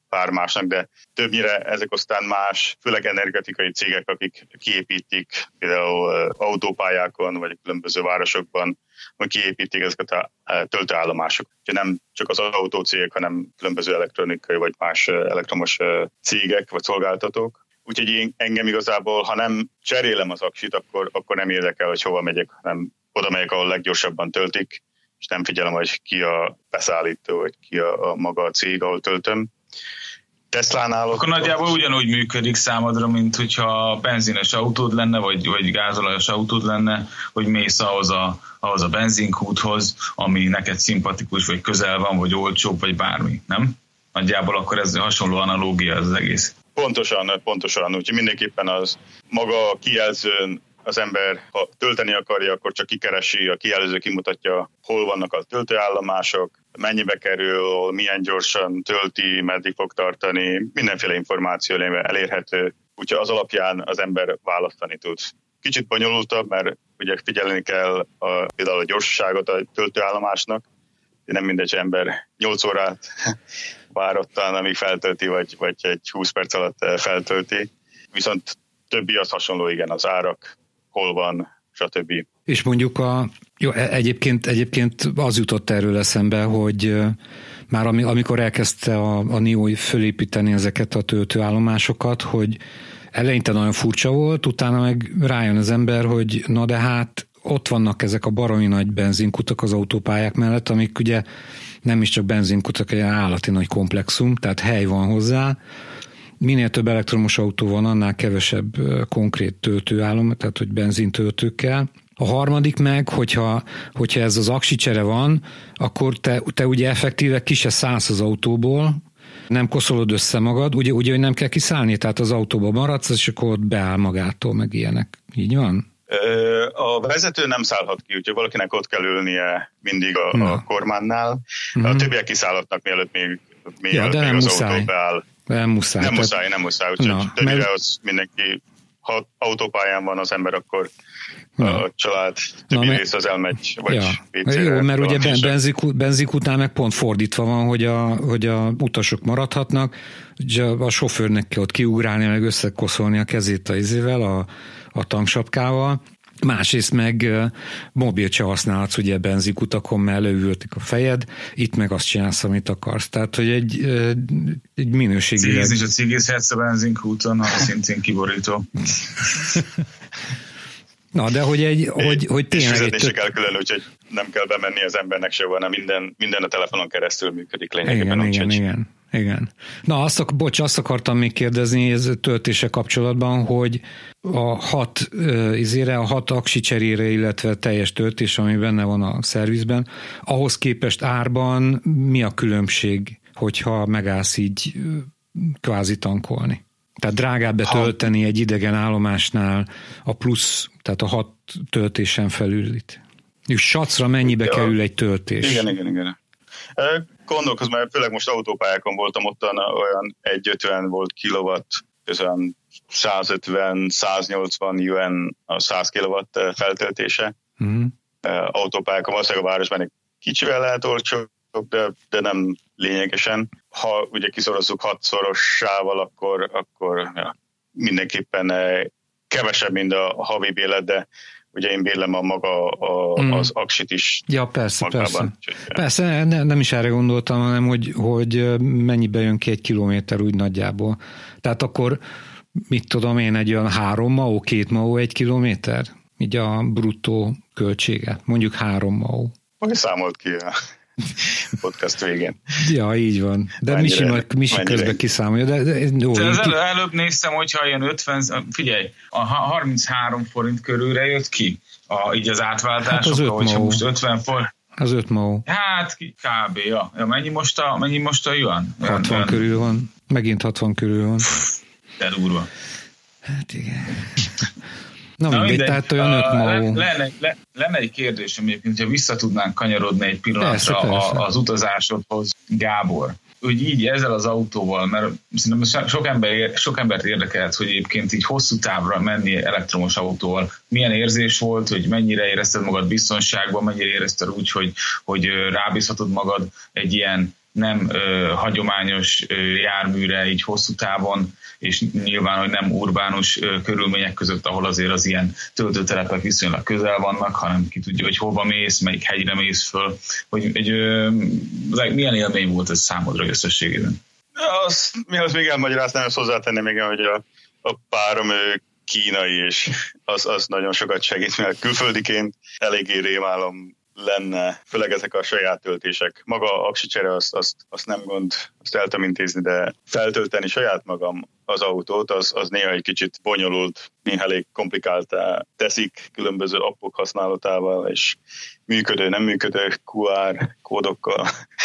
pár másnak, de többnyire ezek aztán más, főleg energetikai cégek, akik kiépítik például autópályákon, vagy különböző városokban, hogy kiépítik ezeket a töltőállomásokat. Nem csak az autócégek, hanem különböző elektronikai vagy más elektromos cégek vagy szolgáltatók. Úgyhogy én, engem igazából, ha nem cserélem az aksit, akkor, akkor nem érdekel, hogy hova megyek, hanem oda megyek, ahol leggyorsabban töltik, és nem figyelem, hogy ki a beszállító, vagy ki a, a maga a cég, ahol töltöm. Teslánál... Akkor nagyjából ugyanúgy működik számodra, mint hogyha benzines autód lenne, vagy, vagy gázolajos autód lenne, hogy mész ahhoz a, ahhoz a benzinkúthoz, ami neked szimpatikus, vagy közel van, vagy olcsóbb, vagy bármi, nem? Nagyjából akkor ez hasonló analógia az egész. Pontosan, pontosan. Úgyhogy mindenképpen az maga a kijelzőn az ember, ha tölteni akarja, akkor csak kikeresi, a kijelző kimutatja, hol vannak a töltőállomások, mennyibe kerül, milyen gyorsan tölti, meddig fog tartani, mindenféle információ elérhető, úgyhogy az alapján az ember választani tud. Kicsit bonyolultabb, mert ugye figyelni kell a, például a gyorsaságot a töltőállomásnak, de nem mindegy, ember nyolc órát vár ottan, amíg feltölti, vagy, vagy egy húsz perc alatt feltölti. Viszont többi az hasonló, igen, az árak, hol van, stb. És mondjuk a, jó, egyébként, egyébként az jutott erről eszembe, hogy már amikor elkezdte a, a NIO fölépíteni ezeket a töltőállomásokat, hogy eleinte nagyon furcsa volt, utána meg rájön az ember, hogy na de hát ott vannak ezek a baromi nagy benzinkutak az autópályák mellett, amik ugye nem is csak benzinkutak, egy állati nagy komplexum, tehát hely van hozzá. Minél több elektromos autó van, annál kevesebb konkrét töltőállom, tehát hogy benzintöltőkkel. A harmadik meg, hogyha, hogyha ez az aksicsere van, akkor te, te ugye effektíve ki se szállsz az autóból, nem koszolod össze magad, ugye, ugye hogy nem kell kiszállni, tehát az autóba maradsz, és akkor ott beáll magától, meg ilyenek. Így van? A vezető nem szállhat ki, úgyhogy valakinek ott kell ülnie mindig a, a kormánynál. Uh-huh. A többiek kiszállhatnak, mielőtt még, még, ja, még az muszáj. autó beáll. Nem muszáj. Nem tehát... muszáj, nem muszáj. Úgyhogy na, többire mert... az mindenki, ha autópályán van az ember, akkor na. A család többi na, rész az elmegy, vagy ja. Jó, mert ugye benzik, benzinkútnál meg pont fordítva van, hogy a, hogy a utasok maradhatnak, ugye a sofőrnek kell ott kiugrálni, meg összekoszolni a kezét a izével, a, a tanksapkával. Másrészt meg mobilt se használhatsz ugye benzinkutakon, mert előültik a fejed, itt meg azt csinálsz, amit akarsz. Tehát, hogy egy, egy minőségileg... Cigizni és a cigizhetsz a benzinkúton, az szintén kiborító. Na, de hogy, egy, hogy, hogy tényleg... És fizetni se kell külön, úgyhogy nem kell bemenni az embernek sehova, hanem minden, minden a telefonon keresztül működik lényegében. Igen, igen, igen, igen. Na, azt, ak- bocs, azt akartam még kérdezni ez töltése kapcsolatban, hogy a hat uh, izére, a hat aksi cserére, illetve teljes töltés, ami benne van a szervizben, ahhoz képest árban mi a különbség, hogyha megállsz így uh, kvázi tankolni? Tehát drágább betölteni egy idegen állomásnál a plusz, tehát a hat töltésen felül itt. És sacra mennyibe ja. kerül egy töltés? Igen, igen, igen. Gondolkozom, mert főleg most autópályákon voltam, ottan olyan százötven volt kilowatt, közben százötven-száznyolcvan yuan a száz kilowatt feltöltése. Mm. Autópályákon valószínűleg a városban egy kicsivel lehet olcsó, de, de nem lényegesen. Ha ugye kiszorozzuk hatszorossával, akkor, akkor ja, mindenképpen kevesebb, mint a havi bélet, de ugye én bérlem a maga a, mm. az aksit is. Ja, persze, magában. persze. Persze, ne, nem is erre gondoltam, hanem hogy, hogy mennyibe jön ki egy kilométer úgy nagyjából. Tehát akkor, mit tudom én, egy olyan három mau, két mau egy kilométer? Így a bruttó költsége. Mondjuk három mau. Hogy számolt ki a podcast végén. Ja, így van. De mennyire, Misi, Misi közben kiszámolja. De, de, jó, de az elő, előbb néztem, hogyha ilyen ötven, figyelj, a harminchárom forint körülre jött ki, a, így az átváltások, hát az hogyha most ötven forint. Az öt mau. Hát kb. Ja. Ja, mennyi most a, mennyi most a yuan? hatvan olyan, körül van. Megint hatvan körül van. De durva. Hát igen. Na, Na mindegy, tehát olyan öt mau. Lenne, lenne, lenne egy kérdésem egyébként, hogyha vissza tudnánk kanyarodni egy pillanatra persze, persze. A, az utazásodhoz, Gábor. Úgy így ezzel az autóval, mert szerintem sok, ember, sok embert érdekelt, hogy egyébként így hosszú távra menni elektromos autóval. Milyen érzés volt, hogy mennyire érezted magad biztonságban, mennyire érezted úgy, hogy, hogy rábízhatod magad egy ilyen nem ö, hagyományos ö, járműre így hosszú távon, és nyilván, hogy nem urbánus ö, körülmények között, ahol azért az ilyen töltőtelepek viszonylag közel vannak, hanem ki tudja, hogy hova mész, melyik hegyre mész föl, hogy egy, ö, milyen élmény volt ez számodra összességében? Azt, mihoz még elmagyaráznám, azt hozzátenni még, hogy a, a párom kínai, és az, az nagyon sokat segít, mert külföldiként eléggé rémálom lenne, főleg ezek a saját töltések. Maga a aksicsere, azt, azt, azt nem gond, azt el tudom intézni, de feltölteni saját magam az autót, az, az néha egy kicsit bonyolult, néha elég komplikáltá teszik különböző appok használatával, és működő, nem működő kú ár kódokkal.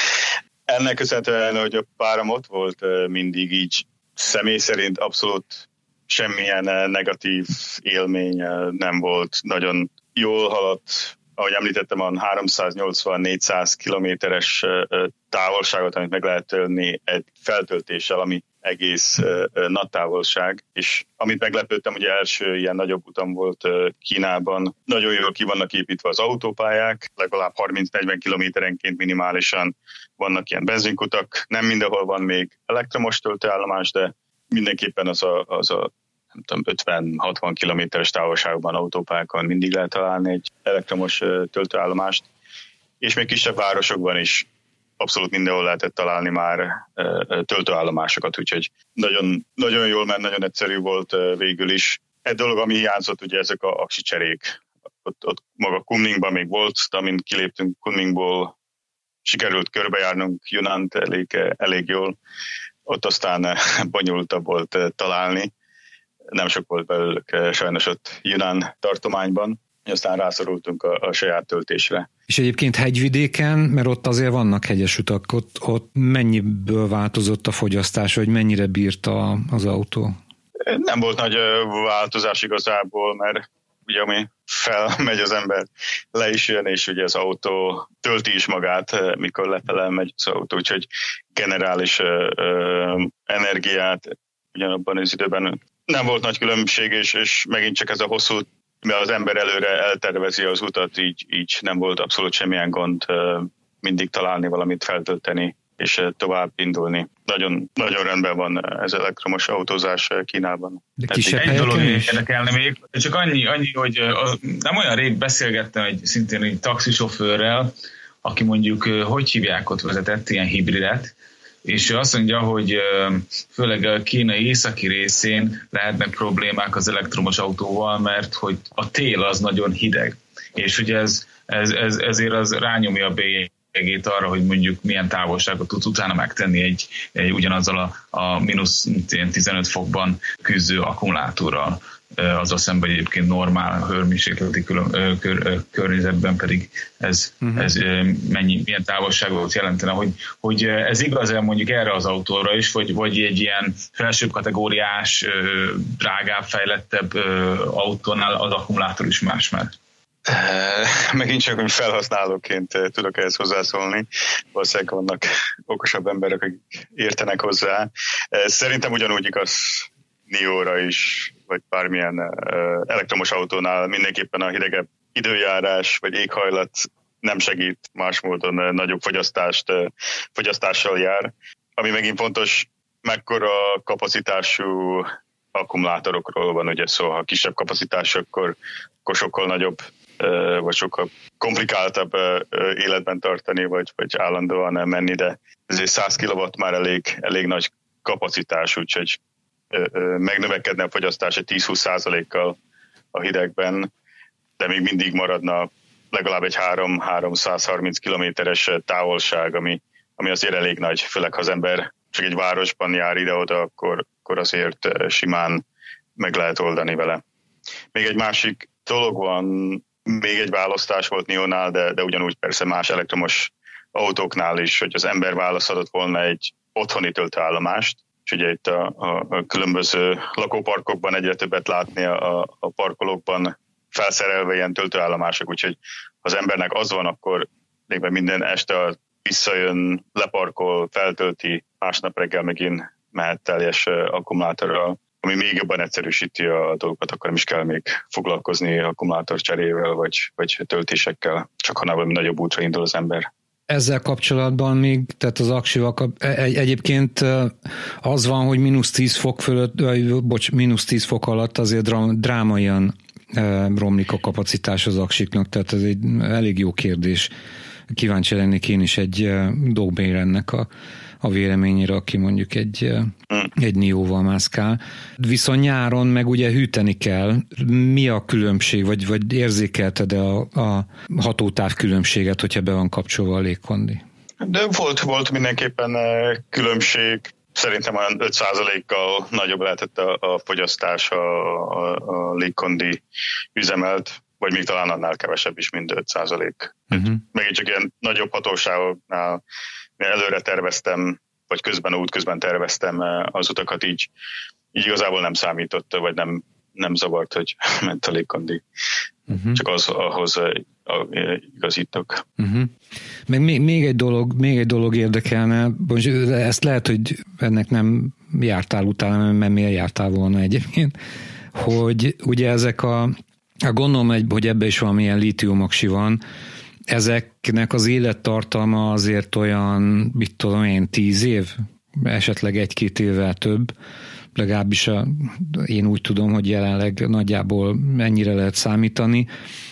Ennek köszönhetően, hogy a párom ott volt mindig így, személy szerint abszolút semmilyen negatív élmény nem volt. Nagyon jól haladt, ahogy említettem, a háromszáznyolcvan-négyszáz kilométeres távolságot, amit meg lehet tölni egy feltöltéssel, ami egész nagy távolság. És amit meglepődtem, hogy első ilyen nagyobb utam volt Kínában, nagyon jól ki vannak építve az autópályák, legalább harminc-negyven kilométerenként minimálisan vannak ilyen benzinkutak. Nem mindenhol van még elektromos töltőállomás, de mindenképpen az a, az a nem tudom, ötven-hatvan kilométeres távolságban autópályákon mindig lehet találni egy elektromos töltőállomást, és még kisebb városokban is abszolút mindenhol lehetett találni már töltőállomásokat, úgyhogy nagyon, nagyon jól ment, nagyon egyszerű volt végül is. Egy dolog, ami hiányzott, ugye ezek a aksicserék. Ott, ott maga Kunmingban még volt, de amint kiléptünk Kunmingból, sikerült körbejárnunk Yunnant elég, elég jól. Ott aztán bonyolultabb volt találni. Nem sok volt belőlük sajnos ott Yunnan tartományban, aztán rászorultunk a, a saját töltésre. És egyébként hegyvidéken, mert ott azért vannak hegyes utak, ott, ott mennyiből változott a fogyasztás, vagy mennyire bírta az autó? Nem volt nagy változás igazából, mert ugye ami felmegy az ember, le is jön, és ugye az autó tölti is magát, mikor lefele megy az autó, úgyhogy generális ö, ö, energiát ugyanabban az időben nem volt nagy különbség, és, és megint csak ez a hosszú, mert az ember előre eltervezi az utat, így, így nem volt abszolút semmilyen gond mindig találni valamit, feltölteni, és tovább indulni. Nagyon, nagyon rendben van ez elektromos autózás Kínában. Egy dolog érdekelne még, csak annyi, annyi, hogy nem olyan rég beszélgettem egy szintén egy taxisofőrrel, aki mondjuk, hogy hívják, ott vezetett ilyen hibridet, és ő azt mondja, hogy főleg a kínai északi részén lehetnek problémák az elektromos autóval, mert hogy a tél az nagyon hideg. És ugye ez, ez, ez, ezért az rányomja a bélyegét arra, hogy mondjuk milyen távolságot tudsz utána megtenni egy, egy ugyanazzal a, a mínusz tizenöt fokban küzdő akkumulátorral. Azzal szemben egyébként normál hőmérsékleti kör, kör, környezetben pedig ez, uh-huh. ez mennyi, milyen távolságot jelentene, hogy, hogy ez igaz-e mondjuk erre az autóra is, vagy, vagy egy ilyen felsőbb kategóriás, drágább, fejlettebb autónál az akkumulátor is más már? Megint csak, hogy felhasználóként tudok ehhez hozzászólni. Valószínűleg vannak okosabb emberek, akik értenek hozzá. Szerintem ugyanúgy igaz Nióra is, vagy bármilyen uh, elektromos autónál mindenképpen a hidegebb időjárás vagy éghajlat nem segít, más módon uh, nagyobb fogyasztást, uh, fogyasztással jár. Ami megint fontos, mekkora kapacitású akkumulátorokról van ugye szó, ha kisebb kapacitású, akkor, akkor sokkal nagyobb, uh, vagy sokkal komplikáltabb uh, életben tartani, vagy, vagy állandóan menni, de ezért száz kilowatt már elég, elég nagy kapacitás, úgyhogy megnövekedne a fogyasztás egy tíz-húsz százalékkal a hidegben, de még mindig maradna legalább egy három-háromszázharminc kilométeres távolság, ami, ami azért elég nagy, főleg ha az ember csak egy városban jár ide-oda, akkor, akkor azért simán meg lehet oldani vele. Még egy másik dolog van, még egy választás volt Niónál, de, de ugyanúgy persze más elektromos autóknál is, hogy az ember választhatott volna egy otthoni töltőállomást, és ugye itt a, a, a különböző lakóparkokban egyre többet látni a, a parkolókban felszerelve ilyen töltőállomások, úgyhogy ha az embernek az van, akkor még minden este visszajön, leparkol, feltölti, másnap reggel megint mehet teljes akkumulátorral, ami még jobban egyszerűsíti a dolgokat, akkor nem is kell még foglalkozni akkumulátor cserével, vagy, vagy töltésekkel, csak ha valami nagyobb útra indul az ember. ezzel kapcsolatban még, tehát az aksival kap, egy, egyébként az van, hogy mínusz tíz fok fölött, vagy, bocs, mínusz tíz fok alatt azért drámaian romlik a kapacitás az aksiknak, tehát ez egy elég jó kérdés. Kíváncsi lennék én is egy Dogbérennek a, a véleményére, aki mondjuk egy, egy Nióval mászkál. Viszont nyáron meg ugye hűteni kell. Mi a különbség, vagy, vagy érzékelted-e a, a hatótáv különbséget, hogyha be van kapcsolva a légkondi? De volt, volt mindenképpen különbség. Szerintem olyan öt százalékkal nagyobb lehetett a, a fogyasztás a, a, a légkondi üzemelt, vagy még talán annál kevesebb is, mint öt százalék. Uh-huh. Megint csak ilyen nagyobb hatóságnál előre terveztem, vagy közben útközben terveztem az utakat, így, így igazából nem számított, vagy nem, nem zavart, hogy ment a légkondi. Uh-huh. Csak az, ahhoz igazítok. Uh-huh. Meg még, még, egy dolog, még egy dolog érdekelne, most ezt lehet, hogy ennek nem jártál utána, mert miért jártál volna egyébként, hogy ugye ezek a, gondolom, hogy ebbe is valamilyen lítiumaksi van, ezeknek az élettartalma azért olyan, mit tudom én, tíz év, esetleg egy-két évvel több, legalábbis a, én úgy tudom, hogy jelenleg nagyjából ennyire lehet számítani,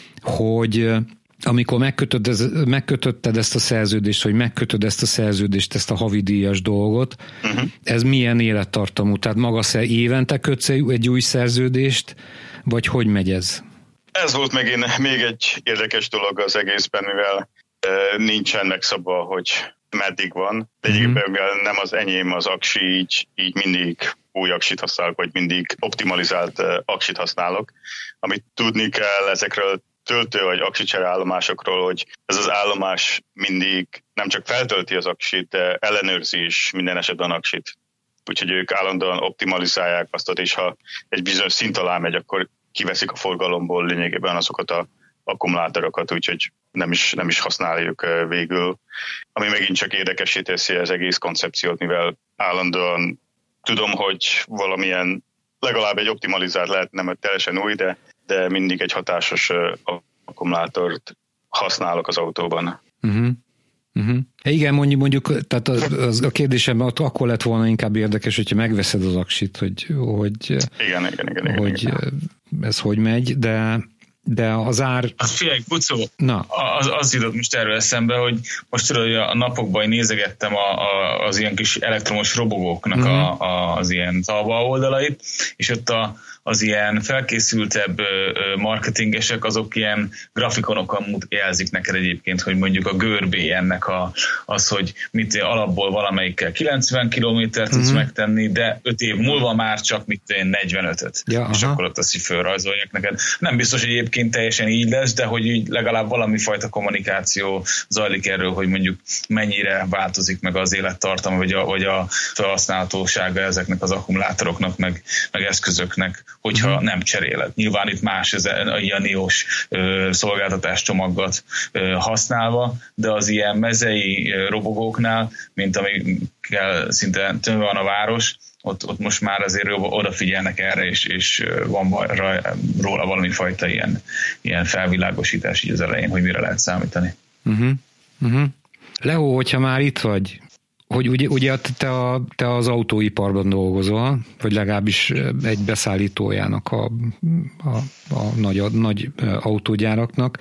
hogy amikor megkötötted, megkötötted ezt a szerződést, vagy megkötöd ezt a szerződést, ezt a havidíjas dolgot, uh-huh. ez milyen élettartamú? Tehát maga évente kötsz egy új szerződést, vagy hogy megy ez? Ez volt megint még egy érdekes dolog az egészben, mivel e, nincsen megszabva, hogy meddig van. De uh-huh. egyébként, mivel nem az enyém az aksi, így, így mindig új aksit használok, vagy mindig optimalizált uh, aksit használok. Amit tudni kell ezekről töltő vagy aksicsere állomásokról, hogy ez az állomás mindig nem csak feltölti az aksit, de ellenőrzi is minden esetben aksit. Úgyhogy ők állandóan optimalizálják azt, és ha egy bizonyos szint alá megy, akkor kiveszik a forgalomból lényegében azokat az akkumulátorokat, úgyhogy nem is, nem is használjuk végül. Ami megint csak érdekessé teszi az egész koncepciót, mivel állandóan tudom, hogy valamilyen legalább egy optimalizált lehet, nem teljesen új, de, de mindig egy hatásos akkumulátort használok az autóban. Uh-huh. Uh-huh. Igen, mondjuk, mondjuk tehát az, az a kérdésem akkor lett volna inkább érdekes, hogyha megveszed az aksit, hogy, hogy, igen, igen, igen, hogy igen. ez hogy megy, de de az ár... Az figyelj, Bucó, az, az jutott most erről eszembe, hogy most tudod, hogy a napokban nézegettem a, a, az ilyen kis elektromos robogóknak uh-huh. a, a, az ilyen talba oldalait, és ott a az ilyen felkészültebb marketingesek, azok ilyen grafikonokkal jelzik neked egyébként, hogy mondjuk a görbé ennek a, az, hogy mit alapból valamelyikkel kilencven kilométert tudsz uh-huh. megtenni, de öt év múlva már csak mit én negyvenötöt. Ja, és aha. akkor ott azt így fölrajzolják neked. Nem biztos, hogy egyébként teljesen így lesz, de hogy így legalább valami fajta kommunikáció zajlik erről, hogy mondjuk mennyire változik meg az élettartama, vagy a, vagy a felhasználhatósága ezeknek az akkumulátoroknak, meg, meg eszközöknek, hogyha uh-huh. nem cseréled. Nyilván itt más ez a ilyen niós szolgáltatás csomaggat ö, használva, de az ilyen mezei ö, robogóknál, mint amikkel szinte tömve van a város, ott, ott most már azért odafigyelnek erre, és, és van róla valami fajta ilyen, ilyen felvilágosítás így az elején, hogy mire lehet számítani. Uh-huh. Uh-huh. Leo, hogyha már itt vagy, hogy ugye, ugye te, a, te az autóiparban dolgozol, vagy legalábbis egy beszállítójának a, a, a nagy, a nagy autógyáraknak,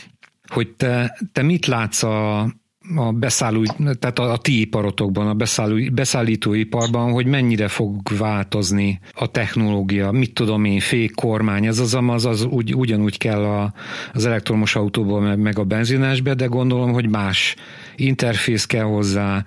hogy te, te mit látsz a, a beszálló, tehát a, a ti iparotokban, a beszálló, beszállítóiparban, hogy mennyire fog változni a technológia, mit tudom én, fék, kormány, ez az, az, az ugy, ugyanúgy kell a, az elektromos autóban, meg, meg a benzinesbe, de gondolom, hogy más interfész kell hozzá,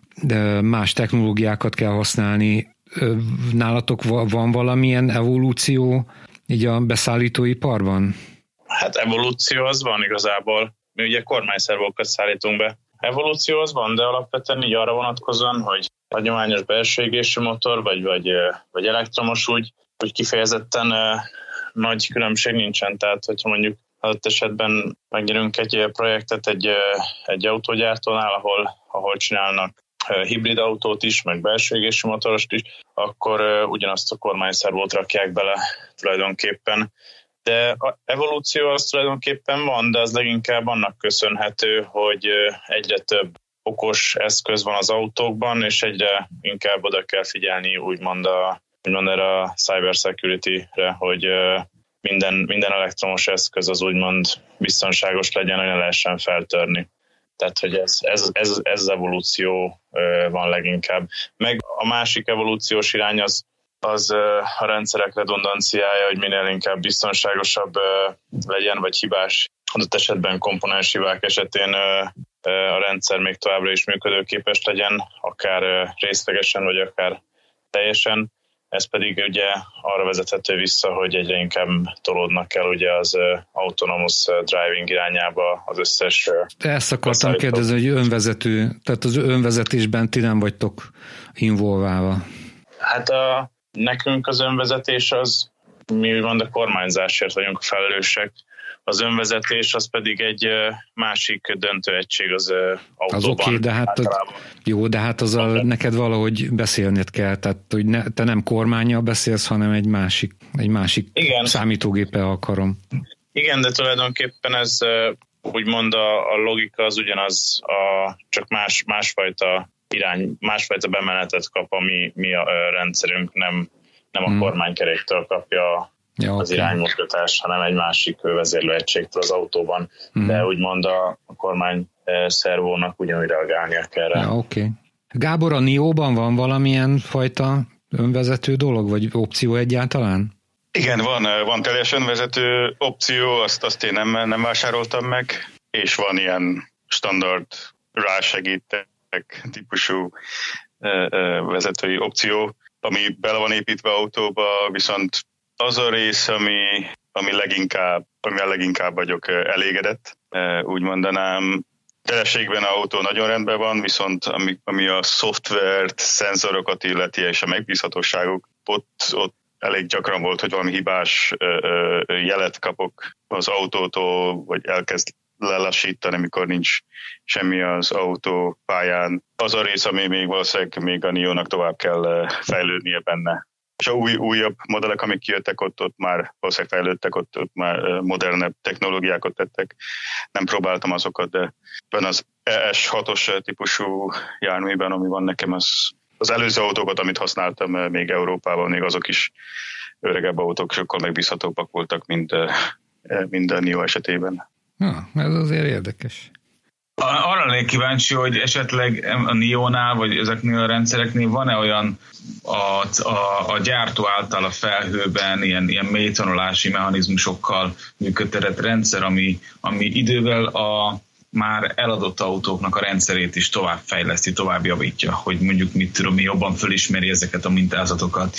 de más technológiákat kell használni. Nálatok van valamilyen evolúció így a beszállítóiparban? Hát evolúció az van igazából. Mi ugye kormányszervókat szállítunk be. Evolúció az van, de alapvetően így arra vonatkozóan, hogy hagyományos belső égésű motor, vagy, vagy, vagy elektromos úgy, úgy kifejezetten uh, nagy különbség nincsen. Tehát, hogyha mondjuk adott esetben megnyerünk egy projektet egy, egy autógyártónál, ahol, ahol csinálnak hibrid autót is, meg belső égésű motorost is, akkor uh, ugyanazt a kormányszervót rakják bele tulajdonképpen. De a evolúció az tulajdonképpen van, de az leginkább annak köszönhető, hogy egyre több okos eszköz van az autókban, és egyre inkább oda kell figyelni úgymond, a, úgymond erre a cyber security-re, hogy minden, minden elektromos eszköz az úgymond biztonságos legyen, hogy ne lehessen feltörni. Tehát, hogy ez, ez, ez, ez az evolúció van leginkább. Meg a másik evolúciós irány az, az a rendszerek redundanciája, hogy minél inkább biztonságosabb legyen, vagy hibás, adott esetben komponens hibák esetén a rendszer még továbbra is működőképes legyen, akár részlegesen, vagy akár teljesen. Ez pedig ugye arra vezethető vissza, hogy egyre inkább tolódnak el ugye az autonomous driving irányába az összes... Ezt akartam kérdezni, hogy önvezető, tehát az önvezetésben ti nem vagytok involválva. Hát a, nekünk az önvezetés az, mi úgymond a kormányzásért vagyunk a felelősek. Az önvezetés az pedig egy másik döntőegység az autóban. Az oké, okay, de hát az, jó, de hát az a, neked valahogy beszélned kell, tehát hogy ne, te nem kormánnyal beszélsz, hanem egy másik, egy másik számítógéppel akarom. Igen, de tulajdonképpen ez úgymond a, a logika az ugyanaz, a, csak más, másfajta irány, másfajta bemenetet kap, ami mi a rendszerünk nem, nem a hmm. kormánykeréktől kapja ja, az okay. iránymutatást, hanem egy másik vezérlőegységtől az autóban, hmm. de úgymond a, a kormány szervónak ugyanúgy reagálnia kell rá. Ja, oké. Okay. Gábor, a Nio-ban van valamilyen fajta önvezető dolog, vagy opció egyáltalán? Igen, van, van teljes önvezető opció, azt, azt én nem, nem vásároltam meg, és van ilyen standard rásegítek típusú vezetői opció, ami bele van építve autóba, viszont az a rész, ami, ami leginkább, amivel leginkább vagyok elégedett, úgy mondanám. Teljességben az autó nagyon rendben van, viszont ami, ami a szoftvert, szenzorokat illeti és a megbízhatóságuk, ott, ott elég gyakran volt, hogy valami hibás jelet kapok az autótól, vagy elkezd lelassítani, amikor nincs semmi az autópályán. Az a rész, ami még valószínűleg még a Nio-nak tovább kell fejlődnie benne. És a új, újabb modellek, amik kijöttek, ott, ott már valószínűleg fejlődtek, ott, ott már modernebb technológiákat tettek. Nem próbáltam azokat, de az E S hatos típusú járműben, ami van nekem, az, az előző autókat, amit használtam még Európában, még azok is öregebb autók, sokkal megbízhatóbbak voltak, mint, mint a Nio esetében. Ja, ez azért érdekes. Arra lennék kíváncsi, hogy esetleg a Nio-nál, vagy ezeknél a rendszereknél van-e olyan a, a, a gyártó által a felhőben ilyen, ilyen mélytonolási mechanizmusokkal működtetett rendszer, ami, ami idővel a már eladott autóknak a rendszerét is tovább fejleszti, tovább javítja, hogy mondjuk mit tudom, jobban fölismeri ezeket a mintázatokat,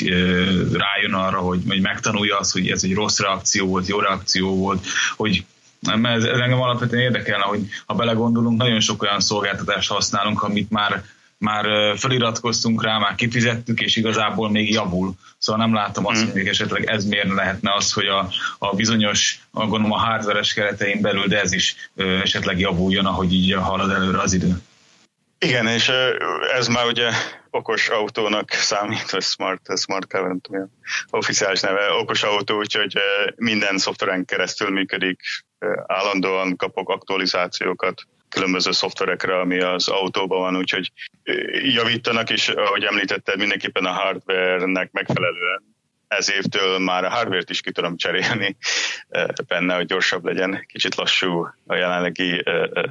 rájön arra, hogy, hogy megtanulja azt, hogy ez egy rossz reakció volt, jó reakció volt, hogy ez, ez engem alapvetően érdekelne, hogy ha belegondolunk, nagyon sok olyan szolgáltatást használunk, amit már, már feliratkoztunk rá, már kifizettük, és igazából még javul. Szóval nem látom azt, hogy még esetleg ez miért lehetne az, hogy a, a bizonyos, gondolom a hardveres keretein belül, de ez is ö, esetleg javuljon, ahogy így halad előre az idő. Igen, és ez már ugye okos autónak számít, vagy smart, smart car, nem tudom, oficiális neve, okos autó, úgyhogy minden szoftveren keresztül működik, állandóan kapok aktualizációkat különböző szoftverekre, ami az autóban van, úgyhogy javítanak is, ahogy említetted, mindenképpen a hardware-nek megfelelően. Ez évtől már a hardware-t is ki tudom cserélni benne, hogy gyorsabb legyen. Kicsit lassú a jelenlegi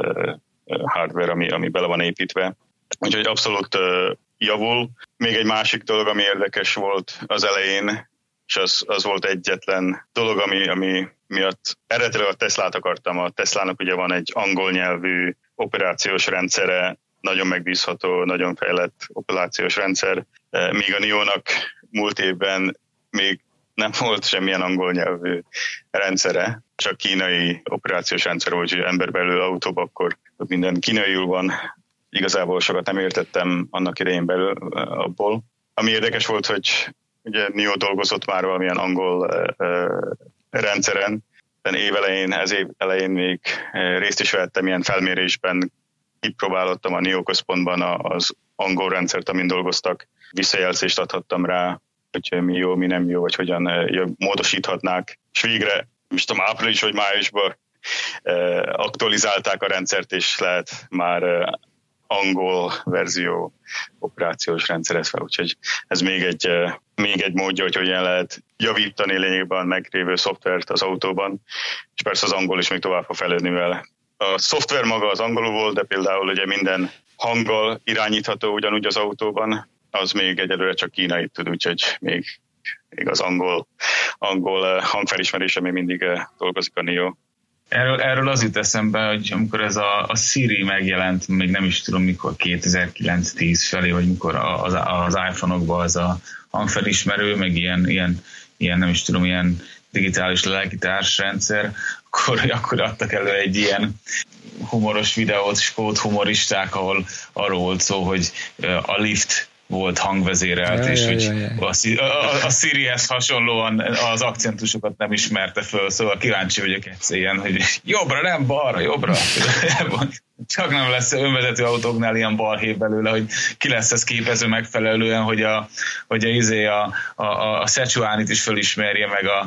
hardware, ami, ami bele van építve. Úgyhogy abszolút javul. Még egy másik dolog, ami érdekes volt az elején, és az, az volt egyetlen dolog, ami, ami miatt eredetileg a Teslát akartam. A Teslának ugye van egy angol nyelvű operációs rendszere, nagyon megbízható, nagyon fejlett operációs rendszer, míg a Nio-nak múlt évben még nem volt semmilyen angol nyelvű rendszere, csak kínai operációs rendszer volt, hogy ember belül autóba, akkor minden kínaiul van. Igazából sokat nem értettem annak idején belül abból. Ami érdekes volt, hogy ugye Nio dolgozott már valamilyen angol uh, rendszeren, de év elején, ez év elején még részt is vettem ilyen felmérésben, kipróbálottam a Nio központban az angol rendszert, amin dolgoztak, visszajelzést adhattam rá, hogy mi jó, mi nem jó, vagy hogyan módosíthatnák. És végre most tudom, április vagy májusban aktualizálták a rendszert, és lehet már angol verzió operációs rendszerezve, úgyhogy ez még egy, még egy módja, hogy hogyan lehet javítani lényegben meglévő szoftvert az autóban, és persze az angol is még tovább fog fejlődni vele. A szoftver maga az angolul volt, de például ugye minden hanggal irányítható ugyanúgy az autóban, az még egyelőre csak kínai tud, úgyhogy még, még az angol, angol hangfelismerése még mindig dolgozik a NIO. Erről, erről az jut eszembe, hogy amikor ez a, a Siri megjelent, még nem is tudom mikor, kétezer-kilenc-tíz felé, vagy mikor az, az iPhone-okban az a hangfelismerő, meg ilyen, ilyen, ilyen nem is tudom, ilyen digitális lelkitársrendszer, akkor, akkor adtak elő egy ilyen humoros videót, skót humoristák, ahol arról volt szó, hogy a lift volt hangvezérelt, ja, és ja, hogy ja, ja. A, a, a Sirihez hasonlóan az akcentusokat nem ismerte föl, szóval kíváncsi vagyok egyszer ilyen, hogy jobbra, nem balra, jobbra. Csak nem lesz önvezető autóknál ilyen balhé belőle, hogy ki lesz ez képező megfelelően, hogy a, hogy a, izé a, a, a Szechuánit is fölismerje, meg a,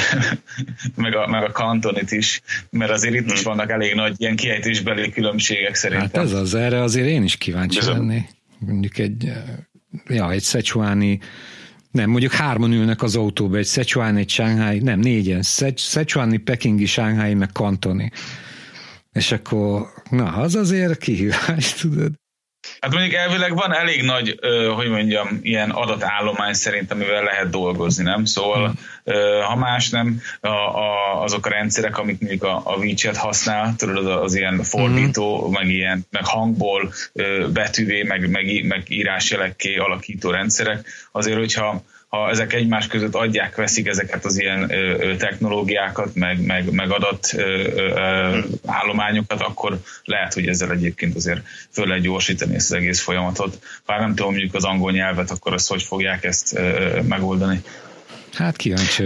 meg a, meg a Kantonit is, mert azért itt is vannak elég nagy ilyen kiejtésbeli különbségek szerintem. Hát ez az, erre azért én is kíváncsi Bizony. lenni. Mondjuk egy ja, egy Szechuáni, nem, mondjuk hárman ülnek az autóba, egy Szechuáni, egy Shanghai, nem, négyen, Szechuáni, pekingi, Shanghai, meg kantoni. És akkor, na, az azért kihívás, tudod. Hát mondjuk elvileg van elég nagy, hogy mondjam, ilyen adatállomány szerint, amivel lehet dolgozni, nem? Szóval, ha más nem, a, a, azok a rendszerek, amik mondjuk a, a WeChat használ, tudod, az, az ilyen fordító, uh-huh. meg ilyen, meg hangból betűvé, meg, meg, meg írásjelekké alakító rendszerek, azért, hogyha ha ezek egymás között adják, veszik ezeket az ilyen ö, ö, technológiákat, meg, meg, meg adat ö, ö, állományokat, akkor lehet, hogy ezzel egyébként azért föl lehet gyorsítani ezt az egész folyamatot. Ha nem tudom, mondjuk az angol nyelvet, akkor azt hogy fogják ezt ö, megoldani? Hát kíváncsi.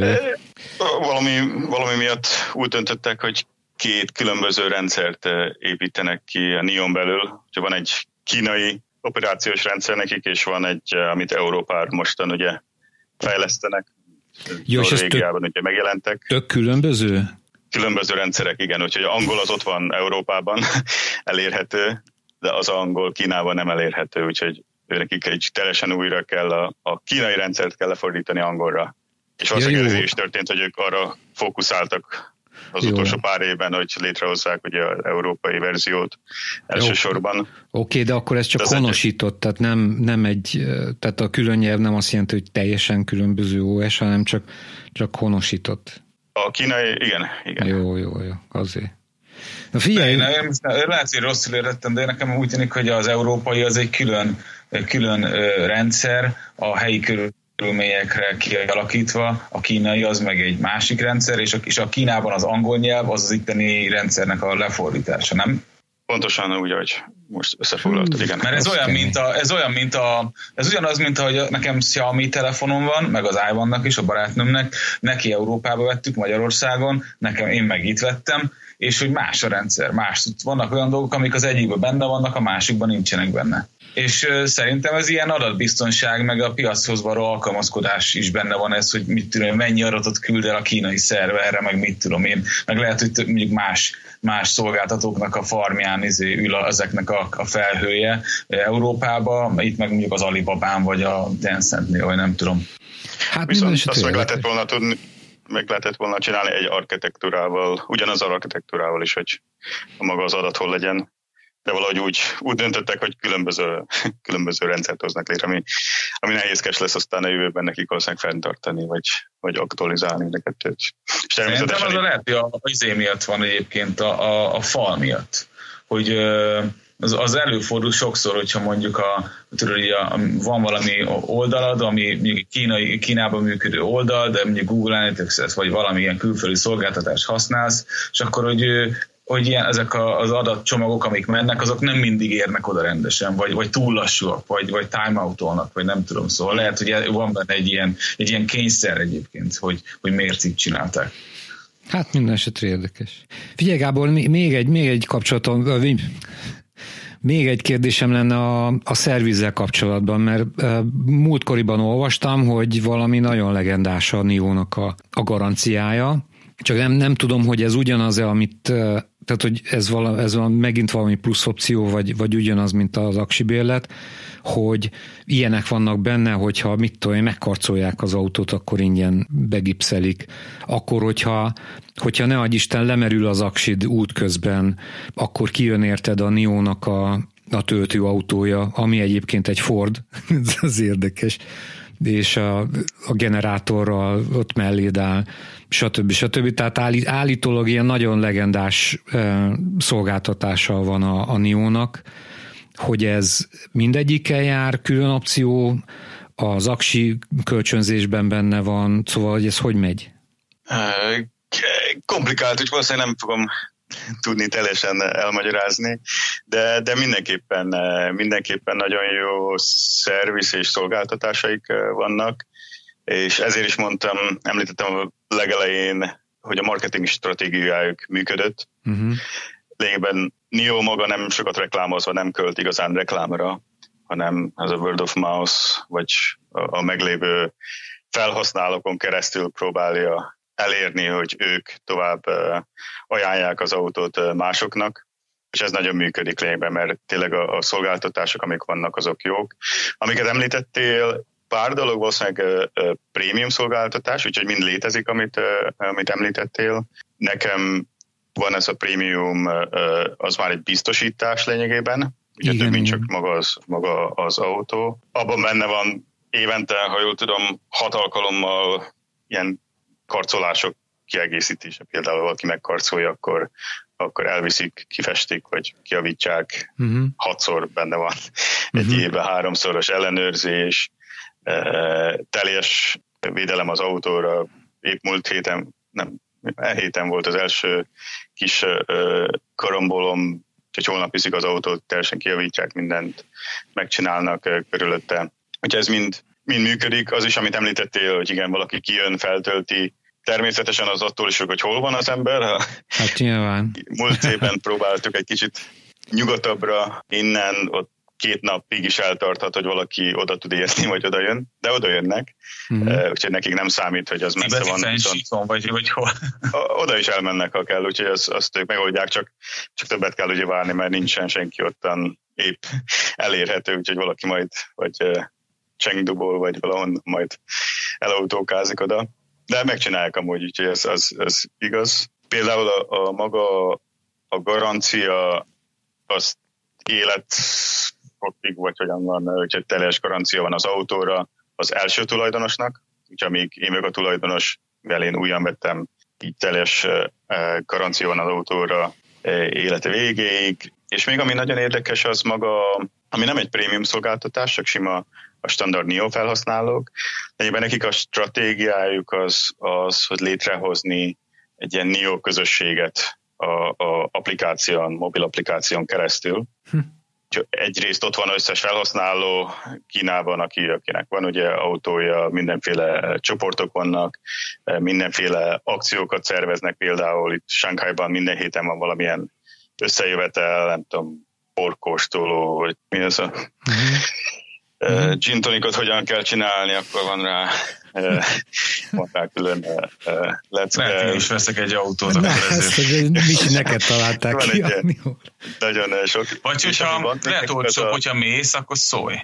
Valami, valami miatt úgy döntöttek, hogy két különböző rendszert építenek ki a NIO-n belül. Van egy kínai operációs rendszer nekik, és van egy, amit Európára mostan ugye fejlesztenek. Jó, és ez tök, ugye megjelentek. Tök különböző? Különböző rendszerek, igen, úgyhogy angol az ott van Európában elérhető, de az angol Kínában nem elérhető, úgyhogy nekik egy teljesen újra kell a, a kínai rendszert kell lefordítani angolra. És valószínűleg ja, ez is történt, hogy ők arra fókuszáltak az jó. utolsó pár évben, hogy létrehozzák ugye az európai verziót elsősorban. Oké, okay, de akkor ez csak de honosított, egy... tehát nem, nem egy, tehát a külön nyelv nem azt jelenti, hogy teljesen különböző ó es, hanem csak, csak honosított. A kínai, igen, igen. Jó, jó, jó, azért. Na figyelj! Én, én, lehet, hogy rosszul értettem, de nekem úgy tűnik, hogy az európai az egy külön, külön ö, rendszer, a helyi körül körülményekre kialakítva, a kínai az meg egy másik rendszer, és a, és a Kínában az angol nyelv az az itteni rendszernek a lefordítása, nem? Pontosan úgy, hogy most összefoglaltad, igen. Mert ez olyan, mint a, ez olyan, mint a, ez ugyanaz, mint ahogy nekem Xiaomi telefonom van, meg az iPhone-nak is, a barátnőmnek, neki Európába vettük, Magyarországon, nekem én meg itt vettem, és hogy más a rendszer, más. Vannak olyan dolgok, amik az egyikben benne vannak, a másikban nincsenek benne. És uh, szerintem ez ilyen adatbiztonság, meg a piachoz való alkalmazkodás is benne van ez, hogy mit tudom, mennyi adatot küld el a kínai szerverre, meg mit tudom én, meg lehet, hogy mondjuk más, más szolgáltatóknak a farmján izé, ül a, ezeknek a, a felhője Európába, itt meg mondjuk az Alibabán, vagy a Tencentnél, vagy nem tudom. Hát viszont azt meg lehetett volna tudni, meg lehetett volna csinálni egy architektúrával, ugyanaz az architektúrával is, hogy maga az adat hol legyen. De valahogy úgy, úgy döntöttek, hogy különböző, különböző rendszert hoznak létre, ami, ami nehézkes lesz aztán a jövőben nekik valószínűleg fenntartani, vagy, vagy aktualizálni a kettőt. Szerintem az a lehet, hogy az izé miatt van egyébként, a, a, a fal miatt, hogy az, az előfordul sokszor, hogyha mondjuk a, tudod, a, van valami oldalad, ami kínai, Kínában működő oldal, de mondjuk Google Analytics vagy valamilyen külföldi szolgáltatást használsz, és akkor, hogy hogy ilyen, ezek az adatcsomagok, amik mennek, azok nem mindig érnek oda rendesen, vagy, vagy túl lassúak, vagy, vagy timeoutolnak, vagy nem tudom. Szóval lehet, hogy van benne egy ilyen, egy ilyen kényszer egyébként, hogy, hogy miért így csinálták. Hát minden esetre érdekes. Figyelj Gábor, még egy, még egy kapcsolatom, még egy kérdésem lenne a, a szervizzel kapcsolatban, mert uh, múltkoriban olvastam, hogy valami nagyon legendás a NIO-nak a, a garanciája, Csak nem, nem tudom, hogy ez ugyanaz-e, amit, tehát hogy ez, vala, ez megint valami plusz opció, vagy, vagy ugyanaz, mint az aksibérlet, hogy ilyenek vannak benne, hogyha mit tudom, megkarcolják az autót, akkor ingyen begipszelik. Akkor, hogyha, hogyha ne adj Isten, lemerül az aksid útközben, akkor kijön érted a Nio-nak a, a töltőautója, ami egyébként egy Ford, ez az érdekes, és a, a generátorral ott melléd áll, stb. stb. Tehát állít, állítólag ilyen nagyon legendás e, szolgáltatása van a, a Nio-nak, hogy ez mindegyikkel jár, külön opció, az aksi kölcsönzésben benne van, szóval hogy ez hogy megy? Komplikált, úgy valószínűleg nem fogom tudni teljesen elmagyarázni, de, de mindenképpen, mindenképpen nagyon jó szerviz és szolgáltatásaik vannak, és ezért is mondtam, említettem a legelején, hogy a marketing stratégiájuk működött. Uh-huh. Lényegben Nio maga nem sokat reklámozva nem költ igazán reklámra, hanem az a word of mouth, vagy a, a meglévő felhasználókon keresztül próbálja elérni, hogy ők tovább ajánlják az autót másoknak, és ez nagyon működik lényegben, mert tényleg a, a szolgáltatások, amik vannak, azok jók. Amiket említettél, pár dolog valószínűleg prémium szolgáltatás, úgyhogy mind létezik, amit, amit említettél. Nekem van ez a prémium, az már egy biztosítás lényegében, ugye igen, több, mint csak maga az, maga az autó. Abban benne van évente, ha jól tudom, hat alkalommal ilyen karcolások kiegészítése. Például valaki megkarcolja, akkor, akkor elviszik, kifestik, vagy kiavítják. Uh-huh. Hatszor benne van egy uh-huh. évben, háromszoros ellenőrzés, teljes védelem az autóra. Épp múlt héten, nem, e héten volt az első kis karambolom, hogy holnap viszik az autót, teljesen kijavítják, mindent megcsinálnak körülötte. Úgyhogy ez mind, mind működik. Az is, amit említettél, hogy igen, valaki kijön, feltölti. Természetesen az attól is, hogy hol van az ember. Hát nyilván. Múlt évben próbáltuk egy kicsit nyugatabbra, innen, ott két napig is eltarthat, hogy valaki oda tud érni, vagy oda jön, de oda jönnek. Mm-hmm. Uh, úgyhogy nekik nem számít, hogy az messze van. Viszont, vagy, vagy hol? Oda is elmennek, ha kell, úgyhogy azt, azt ők megoldják, csak, csak többet kell ugye várni, mert nincsen senki ottan épp elérhető, úgyhogy valaki majd, vagy uh, Chengduból, vagy valahol majd elautókázik oda. De megcsinálják amúgy, úgyhogy ez, az, az igaz. Például a, a maga a garancia, az élet vagy hogyan van, úgyhogy teljes garancia van az autóra az első tulajdonosnak, úgyhogy amíg én meg a tulajdonos, mivel én újan vettem, így teljes garancia van az autóra élete végéig. És még ami nagyon érdekes, az maga, ami nem egy prémium szolgáltatás, csak sima a standard Nio felhasználók. Egyébként nekik a stratégiájuk az, az, hogy létrehozni egy ilyen Nio közösséget a, a applikáción, mobil applikáción keresztül. Hm. Egyrészt ott van összes felhasználó Kínában, aki, akinek van ugye autója, mindenféle csoportok vannak, mindenféle akciókat szerveznek, például itt Shanghaiban minden héten van valamilyen összejövetel, nem tudom, porkóstoló, vagy mi ez a... Mm-hmm. Uh, gin tonicot hogyan kell csinálni, akkor van rá, uh, van rá külön uh, lecke. Lehet, én is veszek egy autót. Na, ezt Misi, neked találták van ki. Egy, nagyon sok. Vagy hogyha lehet olcsóbb, a... hogyha mész, akkor szólj.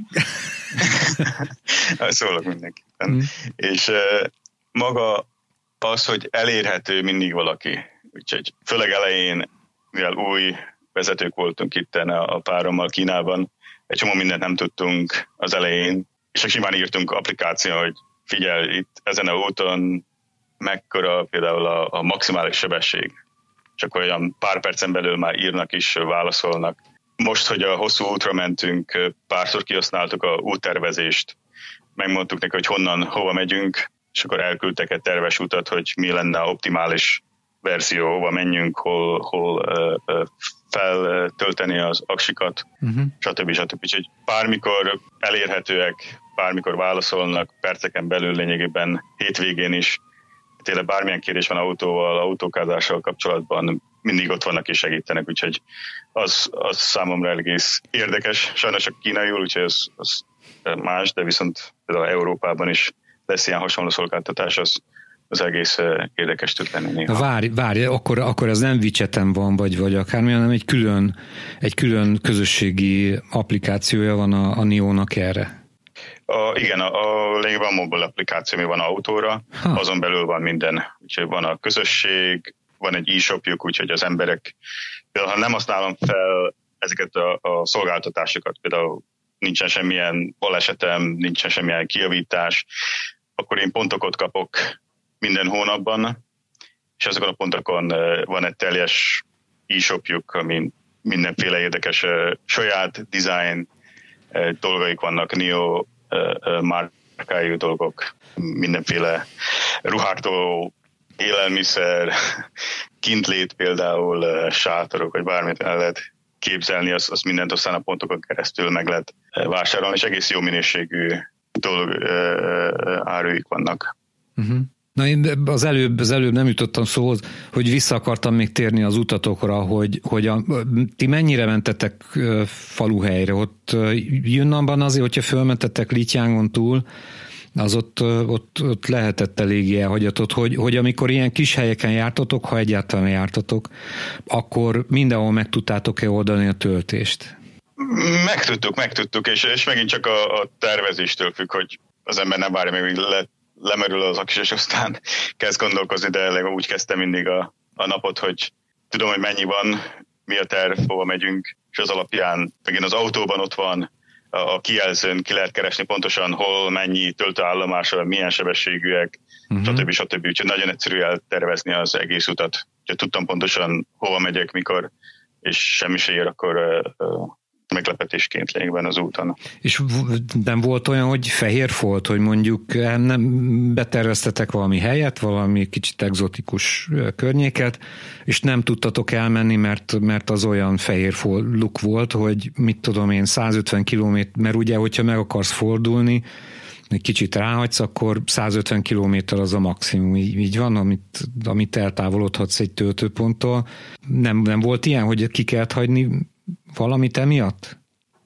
Szólok mindenképpen. Mm. És uh, maga az, hogy elérhető mindig valaki. Úgyhogy főleg elején, mivel új vezetők voltunk itten a, a párommal Kínában, egy csomó mindent nem tudtunk az elején, és csak simán írtunk applikáció, hogy figyelj, itt ezen a úton mekkora például a, a maximális sebesség. És akkor olyan pár percen belül már írnak is, válaszolnak. Most, hogy a hosszú útra mentünk, párszor kihasználtuk a úttervezést, megmondtuk neki, hogy honnan, hova megyünk, és akkor elküldtek egy terves utat, hogy mi lenne a optimális verzió, hova menjünk, hol, hol uh, uh, feltölteni az aksikat, uh-huh. stb. stb. Úgyhogy bármikor elérhetőek, bármikor válaszolnak, perceken belül lényegében hétvégén is. Tényleg bármilyen kérdés van autóval, autókázással kapcsolatban, mindig ott vannak és segítenek, úgyhogy az, az számomra egész érdekes. Sajnos a kínaiul, úgyhogy az, az más, de viszont például Európában is lesz ilyen hasonló szolgáltatás, az az egész érdekes tud lenni néha. Várj, várj, akkor, akkor ez nem widgeten van, vagy, vagy akármi, hanem egy külön, egy külön közösségi applikációja van a, a Nio-nak erre. A, igen, a, a lényegben a mobil applikáció, ami van autóra, ha. Azon belül van minden. Úgyhogy van a közösség, van egy e-shopjuk, úgyhogy az emberek, például ha nem használom fel ezeket a, a szolgáltatásokat, például nincsen semmilyen balesetem, nincsen semmilyen kijavítás, akkor én pontokat kapok minden hónapban, és azokon a pontokon van egy teljes e-shopjuk, ami mindenféle érdekes saját design dolgaik vannak, Nio márkájú dolgok, mindenféle ruháktól, élelmiszer, kintlét például, sátorok, vagy bármit el lehet képzelni, azt az mindent aztán a pontokon keresztül meg lehet vásárolni, és egész jó minőségű dolog, árőik vannak. Uh-huh. Na én az előbb, az előbb nem jutottam szóhoz, hogy vissza akartam még térni az utatokra, hogy, hogy a, ti mennyire mentetek faluhelyre? Ott Yunnanban azért, hogyha fölmentetek Lityángon túl, az ott, ott, ott lehetett eléggé elhagyatott, hogy, hogy amikor ilyen kis helyeken jártatok, ha egyáltalán jártatok, akkor mindenhol meg tudtátok-e oldani a töltést? Meg tudtuk, meg tudtuk, és, és megint csak a, a tervezéstől függ, hogy az ember nem várja még, le, lemerül az aksis, és aztán kezd gondolkozni, de úgy kezdtem mindig a, a napot, hogy tudom, hogy mennyi van, mi a terv, hova megyünk, és az alapján megint az autóban ott van, a kijelzőn ki lehet keresni pontosan, hol mennyi töltőállomásra, milyen sebességűek, uh-huh. stb. stb. Úgyhogy nagyon egyszerű eltervezni az egész utat. Úgyhogy tudtam pontosan, hova megyek, mikor, és semmi se ér akkor uh, meglepetésként lényegben az úton. És nem volt olyan, hogy fehér folt, hogy mondjuk nem beterveztetek valami helyet, valami kicsit egzotikus környéket, és nem tudtatok elmenni, mert, mert az olyan fehér luk volt, hogy mit tudom én, százötven kilométer, mert ugye, hogyha meg akarsz fordulni, egy kicsit ráhagysz, akkor százötven kilométer az a maximum. Így, így van, amit, amit eltávolodhatsz egy töltőponttól. Nem, nem volt ilyen, hogy ki kellett hagyni valamit emiatt?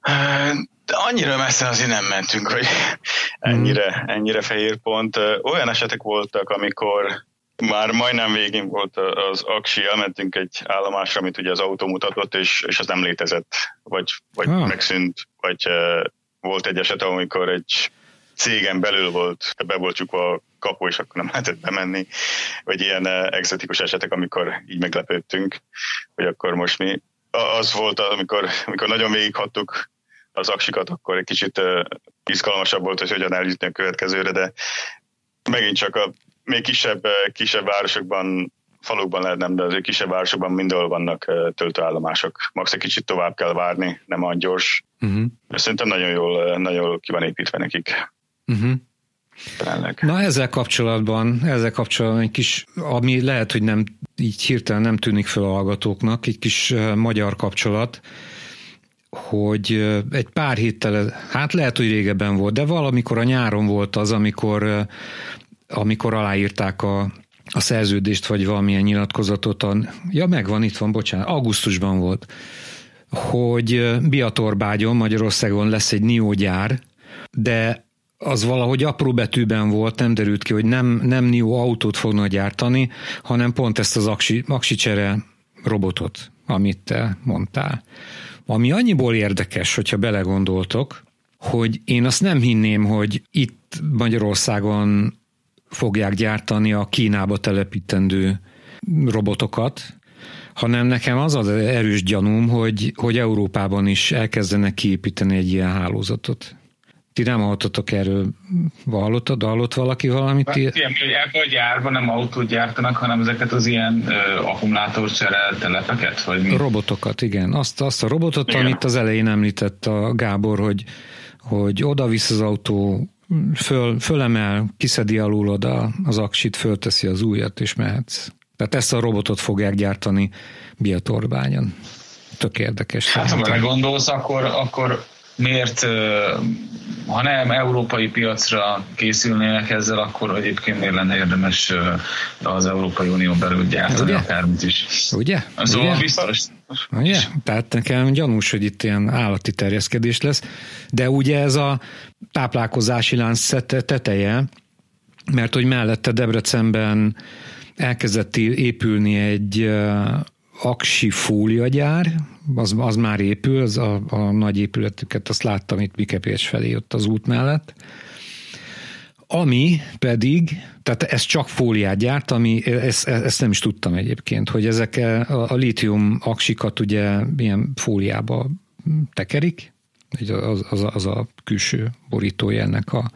De annyira messze azért nem mentünk, hogy ennyire, ennyire fehér pont. Olyan esetek voltak, amikor már majdnem végén volt az aksi, elmentünk egy állomásra, amit ugye az autó mutatott, és, és az nem létezett, vagy, vagy ah. megszűnt, vagy uh, volt egy eset, amikor egy cégen belül volt, be volt csukva a kapu, és akkor nem lehetett bemenni, vagy ilyen uh, egzotikus esetek, amikor így meglepődtünk, hogy akkor most mi. Az volt, amikor, amikor nagyon végighattuk az aksikat, akkor egy kicsit uh, izgalmasabb volt, hogy hogyan eljutni a következőre, de megint csak a még kisebb, kisebb városokban, falukban lehet nem, de azért kisebb városokban mindenhol vannak uh, töltőállomások. Max egy kicsit tovább kell várni, nem olyan gyors. Uh-huh. Szerintem nagyon jól, nagyon jól ki van építve nekik. Uh-huh. Na ezzel kapcsolatban, ezzel kapcsolatban egy kis, ami lehet, hogy nem így hirtelen nem tűnik fel a hallgatóknak, egy kis uh, magyar kapcsolat, hogy uh, egy pár héttel, hát lehet, hogy régebben volt, de valamikor a nyáron volt az, amikor, uh, amikor aláírták a, a szerződést, vagy valamilyen nyilatkozatot. A, ja, megvan, itt van, bocsánat, augusztusban volt, hogy uh, Biatorbágyon, Magyarországon lesz egy Nio gyár, de az valahogy apró betűben volt, nem derült ki, hogy nem, nem Nio autót fognak gyártani, hanem pont ezt az aksi, aksicsere robotot, amit te mondtál. Ami annyiból érdekes, hogyha belegondoltok, hogy én azt nem hinném, hogy itt Magyarországon fogják gyártani a Kínába telepítendő robotokat, hanem nekem az az erős gyanúm, hogy, hogy Európában is elkezdenek kiépíteni egy ilyen hálózatot. Ti nem hallottatok erről? Hallottad? Hallott valaki valamit? Ilyen, hogy a gyárban nem autót gyártanak, hanem ezeket az ilyen ö, akkumulátorcsere telepeket? Vagy mi? Robotokat, igen. Azt, azt a robotot, igen. Amit az elején említett a Gábor, hogy, hogy oda-visz az autó, föl, fölemel, kiszedi alul oda az aksit, fölteszi az ujjat, és mehetsz. Tehát ezt a robotot fogják gyártani Biatorbányon. Tök érdekes. Hát, ha meggondolsz, akkor, akkor miért, ha nem európai piacra készülnének ezzel, akkor egyébként miért lenne érdemes az Európai Unió belül gyártani akármit is. Ugye? Szóval ugye? Biztos. Ugye? Tehát nekem gyanús, hogy itt ilyen állati terjeszkedés lesz, de ugye ez a táplálkozási lánc teteje, mert hogy mellette Debrecenben elkezdett épülni egy aksi fóliagyár, az, az már épül, az a, a nagy épületüket, azt láttam itt Mikepés felé, ott az út mellett. Ami pedig, tehát ez csak fóliát gyárt, ami, ezt, ezt nem is tudtam egyébként, hogy ezek a, a lítium aksikat ugye ilyen fóliába tekerik, az, az, az a külső borítója ennek, a,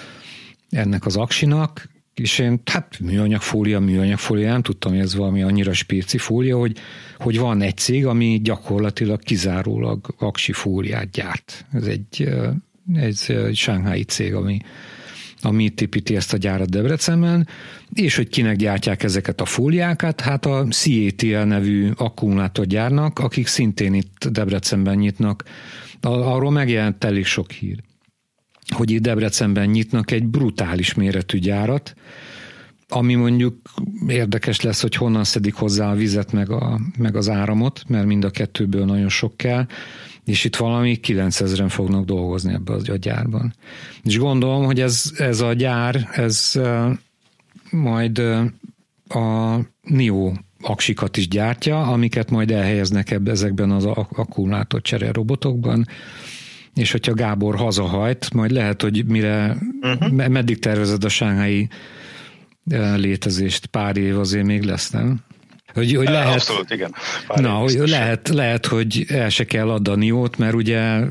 ennek az aksinak, és én, hát műanyag fólia, műanyag fólia, nem tudtam, hogy ez valami annyira spéci fólia, hogy, hogy van egy cég, ami gyakorlatilag kizárólag aksi fóliát gyárt. Ez egy, ez egy shanghai cég, ami, ami itt építi ezt a gyárat Debrecenben, és hogy kinek gyártják ezeket a fóliákat, hát a cé á té el nevű akkumulátorgyárnak, akik szintén itt Debrecenben nyitnak. Arról megjelent elég sok hír, hogy itt Debrecenben nyitnak egy brutális méretű gyárat, ami mondjuk érdekes lesz, hogy honnan szedik hozzá a vizet meg, a, meg az áramot, mert mind a kettőből nagyon sok kell, és itt valami kilencezren fognak dolgozni ebben a gyárban. És gondolom, hogy ez, ez a gyár, ez uh, majd uh, a NIO aksikat is gyártja, amiket majd elhelyeznek ebbe, ezekben az akkumulátorcsere robotokban, és hogyha Gábor hazahajt, majd lehet, hogy mire, uh-huh. meddig tervezed a shanghai létezést, pár év azért még lesz, nem? Hogy, hogy lehet, Abszolút, igen. Pár na, hogy lehet, lehet, hogy el se kell adni jót, mert ugye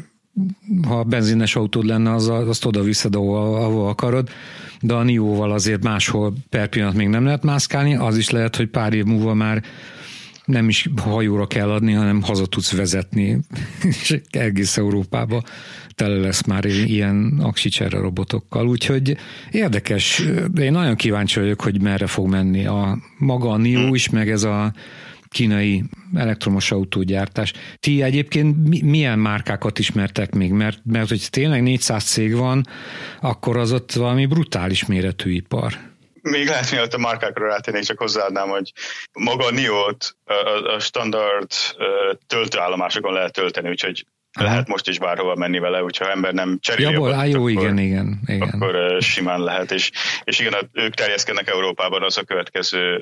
ha benzines autód lenne, az, azt oda viszed, ahol, ahol akarod, de a NIO-val azért máshol per pillanat még nem lehet mászkálni, az is lehet, hogy pár év múlva már nem is hajóra kell adni, hanem haza tudsz vezetni, és egész Európába tele lesz már ilyen aksicsere robotokkal. Úgyhogy érdekes, én nagyon kíváncsi vagyok, hogy merre fog menni a maga a NIO is, meg ez a kínai elektromos autógyártás. Ti egyébként milyen márkákat ismertek még? Mert, mert hogy tényleg négyszáz cég van, akkor az ott valami brutális méretű ipar. Még lehet, mielőtt a márkákra rátérnék, csak hozzáadnám, hogy maga a NIO-t a, a standard töltőállomásokon lehet tölteni, úgyhogy aha. lehet most is bárhova menni vele, hogyha ember nem cseréli. Jabból, á, jó, akkor, igen, igen, igen. Akkor simán lehet, és, és igen, ők terjeszkednek Európában, az a következő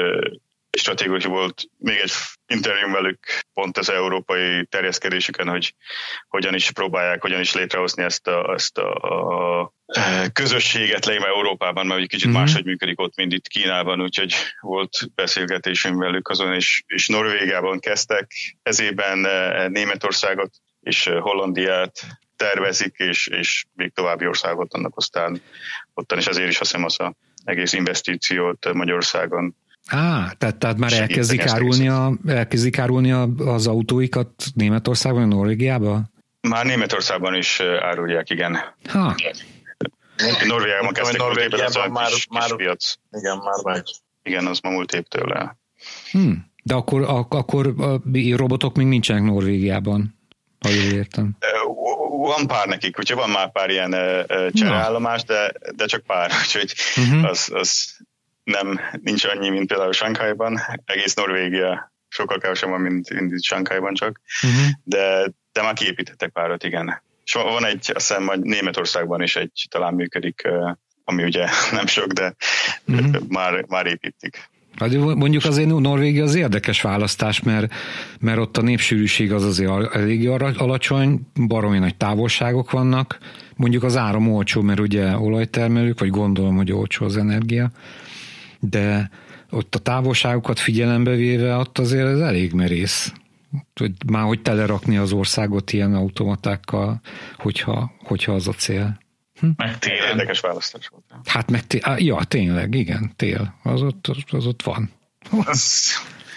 stratégikus volt még egy interjúm velük pont az európai terjeszkedésüken, hogy hogyan is próbálják, hogyan is létrehozni ezt a, ezt a, a közösséget legalább Európában, mert egy kicsit mm-hmm. máshogy működik ott, mint itt Kínában, úgyhogy volt beszélgetésünk velük azon, és, és Norvégiában kezdtek, ezében Németországot és Hollandiát tervezik, és, és még további országot annak aztán ottan, és ezért is azt hiszem az a egész investíciót Magyarországon. Á, tehát, tehát már elkezdik árulni, a, elkezdik árulni a, az autóikat Németországban, Norvégiában? Már Németországban is árulják, igen. Ha. Norvégiában kezdtek, Norvégiában már, kis, már, kis piac. Igen, már megy. Igen, az ma múlt évtől le. Hmm. De akkor, akkor a robotok még nincsenek Norvégiában, ha jól értem. Van pár nekik, úgyhogy van már pár ilyen csereállomás, de, de csak pár, úgyhogy uh-huh. az, az nem, nincs annyi, mint például Shanghaiban. Egész Norvégia sokkal kevesebb van, mint, mint Shanghaiban csak, uh-huh. de, de már kiépítettek párat, igen. És van egy, azt hiszem, hogy Németországban is egy talán működik, ami ugye nem sok, de uh-huh. már, már építik. Mondjuk azért Norvégia az érdekes választás, mert, mert ott a népsűrűség az azért elég alacsony, baromi nagy távolságok vannak, mondjuk az áram olcsó, mert ugye olajtermelők, vagy gondolom, hogy olcsó az energia, de ott a távolságokat figyelembe véve ott azért ez elég merész. Hogy már hogy telerakni az országot ilyen automatákkal, hogyha, hogyha az a cél. Hm? Meg télen. Érdekes választás volt. Hát meg tél, ja, tényleg, igen, tél. Az ott, az ott van. Az...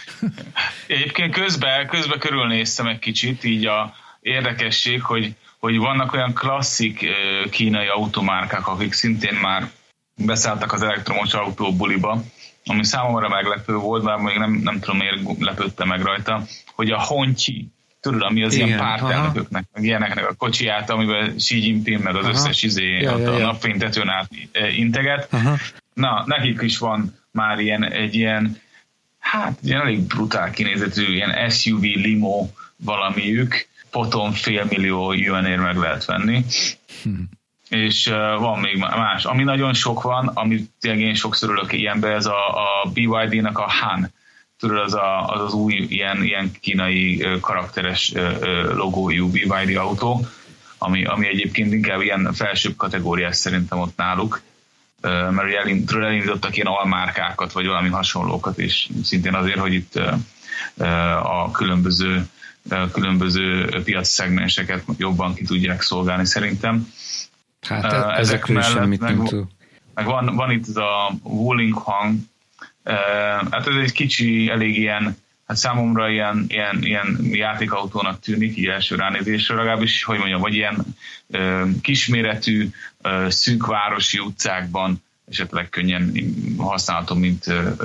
Egyébként közben, közben körülnéztem egy kicsit, így a érdekesség, hogy, hogy vannak olyan klasszik kínai automárkák, akik szintén már beszálltak az elektromos autóbuliba, ami számomra meglepő volt, bár még nem, nem tudom, miért lepődtem meg rajta, hogy a Honchi, tudod, ami az igen, ilyen pártelnököknek, meg ilyeneknek a kocsiját, amiben Xi Jinping meg az aha. összes izé ja, ja, ja. a napfénytetőn át integet. Aha. Na, nekik is van már ilyen, egy ilyen, hát ilyen elég brutál kinézetű, ilyen es u vé limo valamiük, potom fél millió yuanért meg lehet venni. Hm. és uh, van még más. Ami nagyon sok van, amit tényleg én sokszor ülök ilyenbe, ez a, a bé ipszilon dé-nek a Han. Tudod, az, a, az az új ilyen, ilyen kínai uh, karakteres uh, logójú bé ipszilon dé autó, ami, ami egyébként inkább ilyen felsőbb kategóriás szerintem ott náluk, uh, mert ugye elindítottak ilyen almárkákat, vagy valami hasonlókat, és szintén azért, hogy itt uh, uh, a különböző különböző piaci szegmenseket jobban ki tudják szolgálni szerintem. Hát ezekről Ezek is semmit nem tud. Meg van, van itt ez a Wuling Hang, hát ez egy kicsi, elég ilyen, hát számomra ilyen, ilyen, ilyen játékautónak tűnik, így első ránézésre legalábbis, hogy mondjam, vagy ilyen kisméretű, szűk városi utcákban esetleg könnyen használható, mint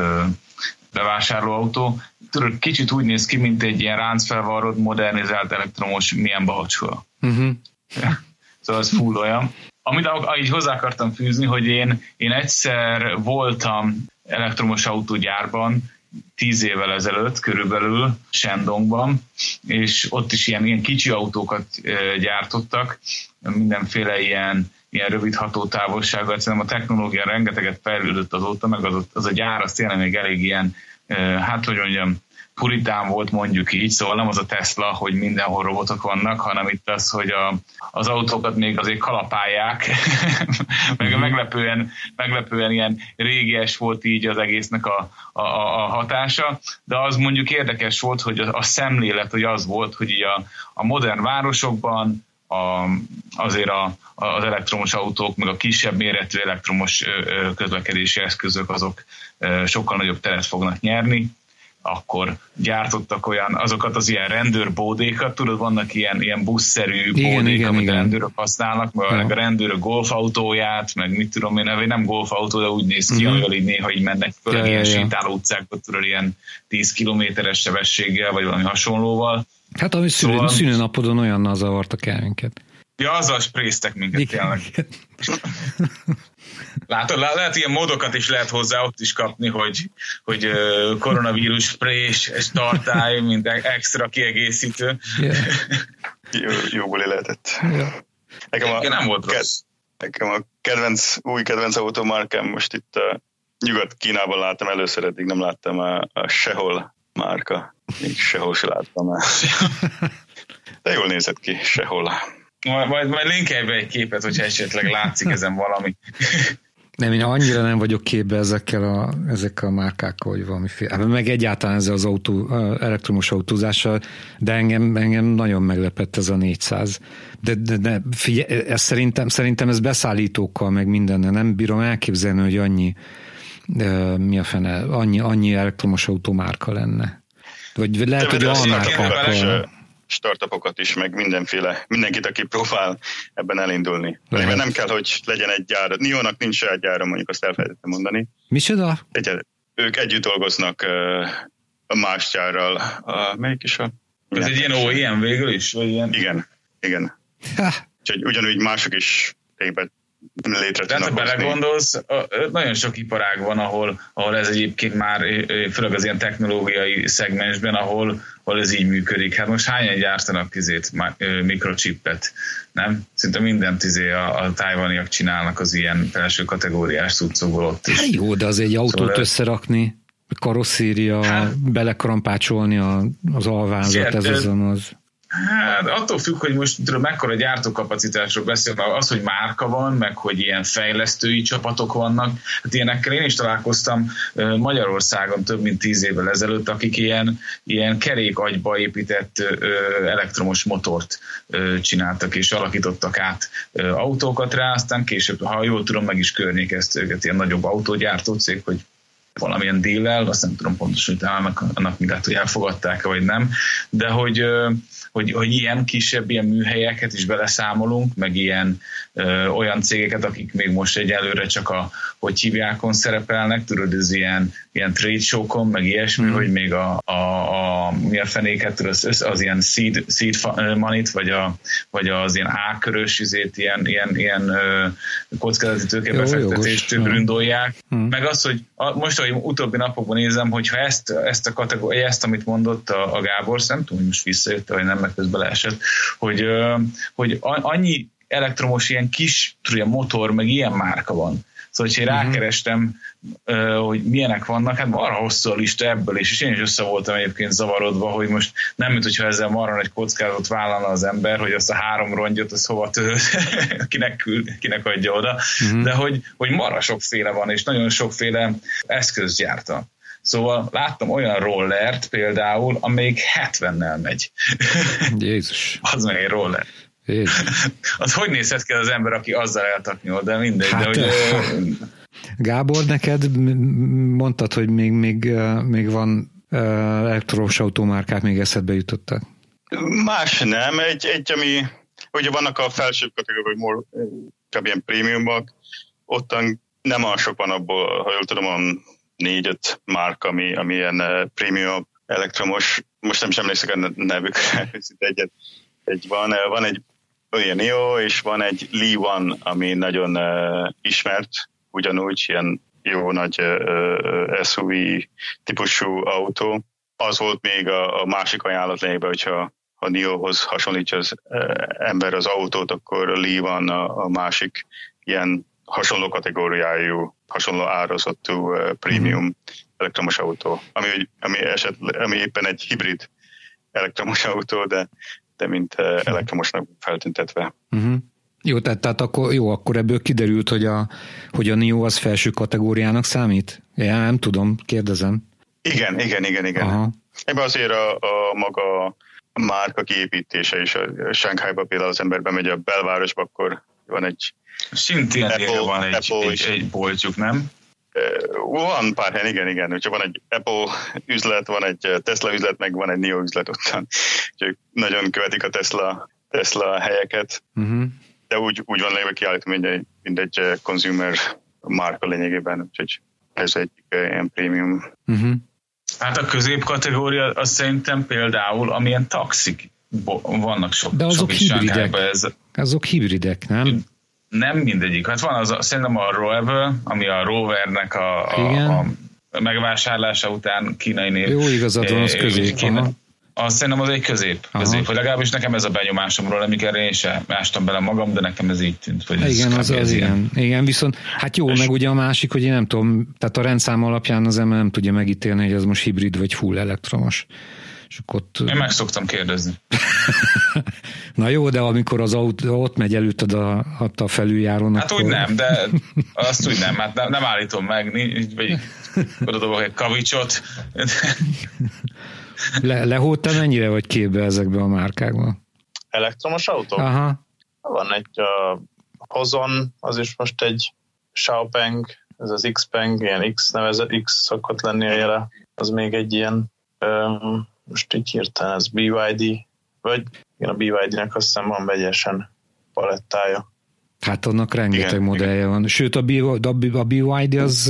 bevásárlóautó. Tudod, kicsit úgy néz ki, mint egy ilyen ráncfelvarrott, modernizált elektromos milyen bacsol. Uh-huh. Ja. Szóval ez full olyan. Amit így hozzá akartam fűzni, hogy én, én egyszer voltam elektromos autógyárban, tíz évvel ezelőtt körülbelül Shandongban, és ott is ilyen, ilyen kicsi autókat gyártottak, mindenféle ilyen, ilyen rövid hatótávolsággal. Szerintem a technológia rengeteget fejlődött azóta, meg az, az a gyár az tényleg még elég ilyen, hát hogy mondjam, puritán volt, mondjuk így, szóval nem az a Tesla, hogy mindenhol robotok vannak, hanem itt az, hogy a, az autókat még azért kalapálják, meg a meglepően, meglepően ilyen régies volt így az egésznek a, a, a hatása, de az mondjuk érdekes volt, hogy a, a szemlélet, hogy az volt, hogy így a, a modern városokban a, azért a, az elektromos autók, meg a kisebb méretű elektromos közlekedési eszközök azok sokkal nagyobb teret fognak nyerni, akkor gyártottak olyan, azokat az ilyen rendőrbódékat, tudod, vannak ilyen, ilyen buszszerű igen, bódék, igen, amit igen. a rendőrök használnak, meg a rendőrök golfautóját, meg mit tudom én, vagy nem golfautó, de úgy néz ki, uh-huh. amivel így néha így mennek föl, ja, ilyen ja, sétáló utcákba, tudod, ilyen tíz kilométeres sebességgel, vagy valami hasonlóval. Hát ami szóval... szülőnapodon olyannal zavartak el minket. Ja, azzal spréztek minket igen, tényleg. Igen. Látod, lehet ilyen módokat is lehet hozzá ott is kapni, hogy, hogy uh, koronavírus sprés, tartály, mint extra kiegészítő. Yeah. Jó, jóból lehetett. Yeah. Nekem a, nem volt ke- rossz. Nekem a kedvenc, új kedvenc automárkám most itt uh, Nyugat-Kínában láttam először, eddig nem láttam a, a Sehol márka. Még sehol se láttam el. De jól nézett ki, Sehol. Majd, majd, majd linkelj be egy képet, hogyha esetleg látszik ezen valami. Nem, én annyira nem vagyok képbe ezekkel a, ezekkel a márkákkal, hogy valamiféle. Meg egyáltalán ezzel az autó, elektromos autózással, de engem, engem nagyon meglepett ez a négyszáz. De, de, de figyelj, ez szerintem, szerintem ez beszállítókkal, meg mindennel. Nem bírom elképzelni, hogy annyi, de mi a fene, annyi, annyi elektromos autómárka lenne. Vagy lehet, hogy a márkákkal. Startupokat is, meg mindenféle, mindenkit, aki próbál ebben elindulni. Mert nem kell, hogy legyen egy gyár. Nionnak nincs saját gyára, mondjuk azt elfelejtettem mondani. Micsoda? Egy, ők együtt dolgoznak uh, a más gyárral. Uh, melyik is a... Ez egy ilyen o e em végül is? Vagy ilyen... Igen, igen. Úgyhogy ugyanúgy mások is tényleg létre tudnak hozni. Tehát, ha belegondolsz, nagyon sok iparág van, ahol, ahol ez egyébként már, főleg az ilyen technológiai szegmensben, ahol, ahol ez így működik. Hát most hányan gyártanak tizét, mikrochippet, nem? Szinte minden tizé a, a tájvaniak csinálnak az ilyen felső kategóriás cuccokból ott is. Hát jó, de az egy autót szóval összerakni, karosszéria, hát, belekrampácsolni az alvázat, ez az az. Hát attól függ, hogy most tudom, mekkora gyártókapacitásról beszélünk, az, hogy márka van, meg hogy ilyen fejlesztői csapatok vannak. Hát ilyenekkel én is találkoztam Magyarországon több mint tíz évvel ezelőtt, akik ilyen, ilyen kerékagyba épített elektromos motort csináltak és alakítottak át autókat rá, aztán később, ha jól tudom, meg is környékezte őket ilyen nagyobb autógyártó cég, hogy valamilyen díllel, azt nem tudom pontosan, hogy annak, annak mindent, hogy elfogadták-e, vagy nem, de hogy, hogy, hogy ilyen kisebb ilyen műhelyeket is beleszámolunk, meg ilyen ö, olyan cégeket, akik még most egyelőre csak a, hogy hívjákon szerepelnek, tudod, ez ilyen, ilyen trade show-kon, meg ilyesmi, mm. hogy még a, a, a mi a fenéket, tudod, az, az ilyen seed, seed money-t, vagy, a, vagy az ilyen A-körös izét, ilyen, ilyen, ilyen kockázati tőkebefektetést bründolják, mm. meg az, hogy a, most, hogy utóbbi napokban nézem, hogyha ezt, ezt a kategóriát, ezt, amit mondott a, a Gábor, nem tudom, hogy most visszajött, vagy nem, meg közben leesett, hogy, hogy annyi elektromos ilyen kis ilyen motor, meg ilyen márka van. Szóval, hogyha én uh-huh. rákerestem, hogy milyenek vannak, hát arra hosszú a lista ebből is, és én is össze voltam egyébként zavarodva, hogy most nem, mint hogyha ezzel marra egy kockázatot vállalna az ember, hogy azt a három rongyot, az hova tölt, kinek, küld, kinek adja oda, uh-huh. de hogy, hogy marra sokféle van, és nagyon sokféle eszköz gyárta. Szóval láttam olyan rollert például, amelyik hetvennel megy. Jézus. Az meg egy roller. Az hogy nézhet ki az ember, aki azzal eltaknyol, de mindegy. Hát, de, hogy, Gábor, neked mondtad, hogy még, még, még van elektromos autómárkák, még eszedbe jutottak? Más nem. Egy, egy ami, ugye vannak a felsőbb kategóriák, vagy ilyen prémiumok, ottan nem olyan sok van abból, ha jól tudom, van négy-öt márka, ami, ami ilyen prémium elektromos, most nem sem emlékszek a nevükre, egyet. Egy van, van egy olyan Nio, és van egy Li One, ami nagyon uh, ismert, ugyanúgy ilyen jó nagy uh, es u vé típusú autó. Az volt még a, a másik ajánlat lényegben, hogyha a Niohoz hasonlítja az uh, ember az autót, akkor a Li One a, a másik ilyen hasonló kategóriájú, hasonló árazottú uh, prémium mm. elektromos autó, ami, ami, eset, ami éppen egy hibrid elektromos autó, de de mint elektromosnak feltüntetve. Uh-huh. Jó, tehát, tehát akkor, jó, akkor ebből kiderült, hogy a, hogy a Nio az felső kategóriának számít? Ja, nem tudom, kérdezem. Igen, igen, igen, igen. Aha. Ebben azért a, a maga a márka kiépítése is. A Shanghaiba például az ember bemegy a belvárosba, akkor van egy Szintén van egy, egy, egy boltjuk, nem? Van pár helyen, igen, igen. Úgyhogy van egy Apple üzlet, van egy Tesla üzlet, meg van egy Nio üzlet ottan. Úgyhogy nagyon követik a Tesla, Tesla helyeket, uh-huh. de úgy, úgy van lényegben kiállítva mindegy, mindegy consumer márka lényegében, úgyhogy ez egy ilyen prémium. Uh-huh. Hát a középkategória az szerintem például, amilyen taxik vannak sok. De azok sok hibridek. Ez... Azok hibridek, nem? Nem mindegyik. Hát van az a, szerintem a Rover, ami a Rovernek a, a, a megvásárlása után kínai név. Jó, igazad van, az közép. Kína, azt szerintem az egy közép. közép. Vagy legalábbis nekem ez a benyomásomról, amikor én sem mástam bele magam, de nekem ez így tűnt. Hogy igen, az, az igen. igen. Viszont hát jó, és meg ugye a másik, hogy én nem tudom, tehát a rendszám alapján az ember nem tudja megítélni, hogy ez most hibrid vagy full elektromos. És ott... Én meg szoktam kérdezni. Na jó, de amikor az autó ott megy előtted a, a felüljárón, hát akkor... úgy nem, de azt úgy nem, hát nem, nem állítom meg, vagy oda dobok egy kavicsot. Le, Lehó, te mennyire vagy képbe ezekben a márkákban? Elektromos autó? Aha. Van egy uh, Hozon, az is most egy Xiaopeng, ez az Xpeng, ilyen X nevezett, X szokott lenni a jele, az még egy ilyen um, most így hirtelen ez bé ipszilon dé, vagy igen, a bé ipszilon dé-nek azt hiszem van vegyesen palettája. Hát annak rengeteg igen, modellje igen. van. Sőt, a bé ipszilon dé az,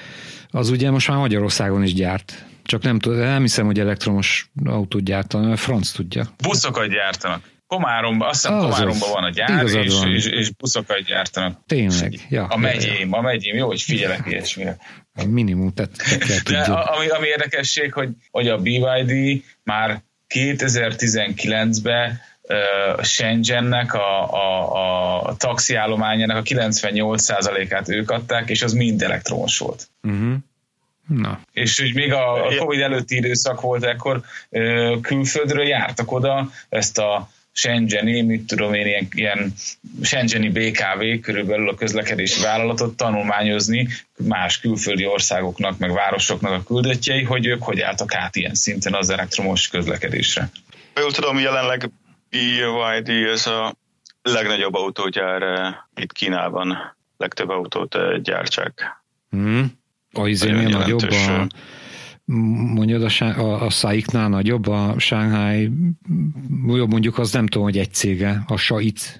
az ugye most már Magyarországon is gyárt. Csak nem, tud, nem hiszem, hogy elektromos autót gyártanak, a franc tudja. Buszokat gyártanak. Komáromban, azt hiszem Komáromban van a gyár, és, és, és buszokat gyártanak. Tényleg. Ja, a megyém, a megyém, jó, hogy figyelek ilyesmire. Minimum, tehát de ami, ami érdekesség, hogy, hogy a bé ipszilon dé már kétezer-tizenkilencben uh, Shenzhennek a, a, a taxiállományának a kilencvennyolc százalékát ők adták, és az mind elektromos volt. Uh-huh. Na. És úgy még a Covid előtti időszak volt, ekkor uh, külföldről jártak oda ezt a Shenzheni, mit tudom én, ilyen, ilyen Shenzheni bé ká vé, körülbelül a közlekedési vállalatot tanulmányozni más külföldi országoknak, meg városoknak a küldöttjei, hogy ők hogy álltak át ilyen szinten az elektromos közlekedésre. Jól tudom, jelenleg bé ipszilon dé ez a legnagyobb autógyár itt Kínában, legtöbb autót gyártsák. Hmm. A izénél nagyobb a... Mondjad, a, a, a SAIC-nál nagyobb, a Shanghai, jobb mondjuk az nem tudom, hogy egy cége, a SAIC,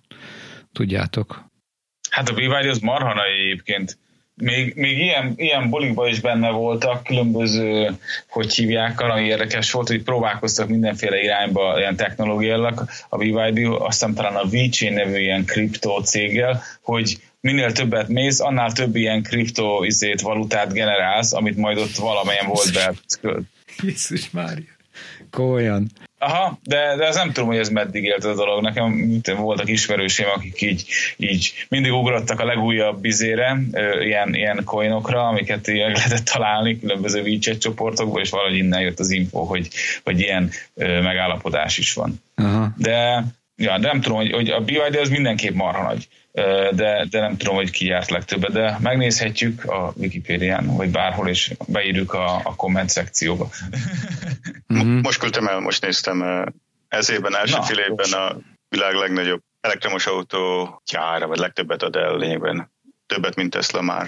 tudjátok. Hát a bé ipszilon dé az marhanai egyébként. Még, még ilyen, ilyen bulikban is benne voltak különböző, hogy hívják, ami érdekes volt, hogy próbálkoztak mindenféle irányba ilyen technológiailag. A bé ipszilon dé, azt hiszem talán a VeChain nevű ilyen kriptó céggel, hogy minél többet mész, annál több ilyen kriptó izét, valutát generálsz, amit majd ott valamelyen volt be. Jézus Mária. Komolyan. Aha, de, de ez nem tudom, hogy ez meddig élt a dolog. Nekem voltak ismerősém, akik így, így mindig ugrottak a legújabb bizére, ilyen, ilyen coinokra, amiket meg lehetett találni különböző WeChat csoportokból, és valahogy innen jött az info, hogy, hogy ilyen megállapodás is van. Aha. De, ja, de nem tudom, hogy, hogy a bé ipszilon az mindenképp marha nagy. De, de nem tudom, hogy ki járt legtöbbet, de megnézhetjük a Wikipédián, vagy bárhol, és beírjuk a, a komment szekcióba. Mm-hmm. Most küldtem el, most néztem, ez évben, első fél évben a világ legnagyobb elektromos autó gyára, vagy legtöbbet ad el lényegben. Többet, mint Tesla már.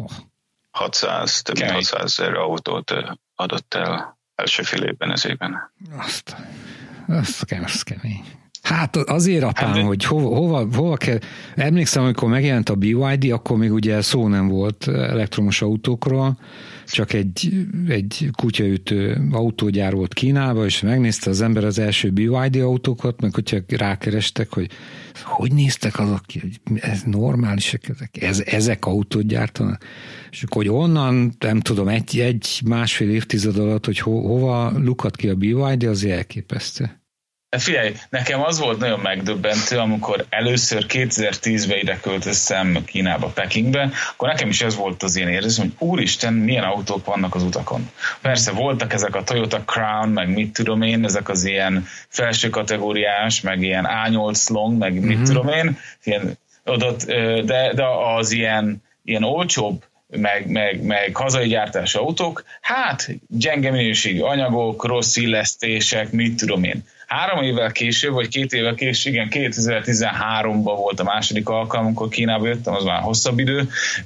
hatszáz, több mint hatszáz ezer autót adott el első fél évben, ez évben. Azt, azt, azt kemény. Hát azért apám, hát de... hogy hova, hova, hova kell, emlékszem, amikor megjelent a bé ipszilon, akkor még ugye szó nem volt elektromos autókról, csak egy, egy kutyaütő autógyár volt Kínában, és megnézte az ember az első bé ipszilon autókat, meg hogyha rákerestek, hogy hogy néztek azok ki, hogy ez normálisak ezek, ez, ezek autót gyártanak. És akkor, hogy onnan, nem tudom, egy, egy másfél évtized alatt, hogy ho, hova lukadt ki a bé ipszilon, de azért elképesztő. Figyelj, nekem az volt nagyon megdöbbentő, amikor először kétezer-tízben ide költöztem Kínába, Pekingbe, akkor nekem is ez volt az én érzésem, hogy úristen, milyen autók vannak az utakon. Persze voltak ezek a Toyota Crown, meg mit tudom én, ezek az ilyen felső kategóriás, meg ilyen á nyolc long, meg mm-hmm. mit tudom én, ilyen, adott, de, de az ilyen, ilyen olcsóbb, meg, meg, meg hazai gyártású autók, hát gyenge minőségű anyagok, rossz illesztések, mit tudom én. Három évvel később, vagy két évvel később, igen, kétezer-tizenháromban volt a második alkalom, amikor Kínába jöttem, az már hosszabb idő,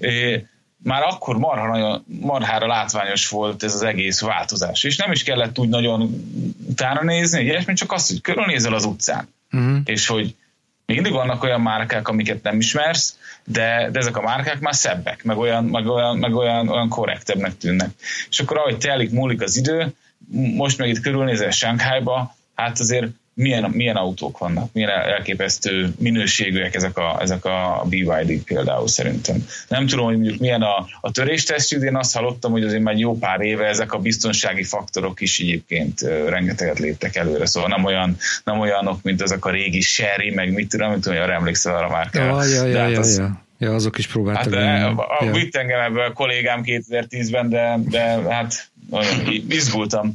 már akkor marha nagyon, marhára látványos volt ez az egész változás, és nem is kellett úgy nagyon utána nézni, ilyesmi, csak azt, hogy körülnézel az utcán, uh-huh. és hogy mindig vannak olyan márkák, amiket nem ismersz, de, de ezek a márkák már szebbek, meg olyan, meg olyan, meg olyan, olyan korrektebbnek tűnnek. És akkor ahogy telik, múlik az idő, most meg itt körülnézel Shanghaiba, hát azért milyen, milyen autók vannak, milyen elképesztő minőségűek ezek a, ezek a bé ipszilon például szerintem. Nem tudom, hogy mondjuk milyen a, a töréstesztjük, de én azt hallottam, hogy azért már jó pár éve ezek a biztonsági faktorok is egyébként rengeteget léptek előre, szóval nem, olyan, nem olyanok, mint ezek a régi Sherry, meg mit tudom, mint tudom, hogy emlékszel arra már kell. Ja, ja, ja, hát ja, az, ja. Ja, azok is próbáltak. Hát a, a, vitt engem ebből a kollégám kétezer-tízben, de, de hát olyan izgultam.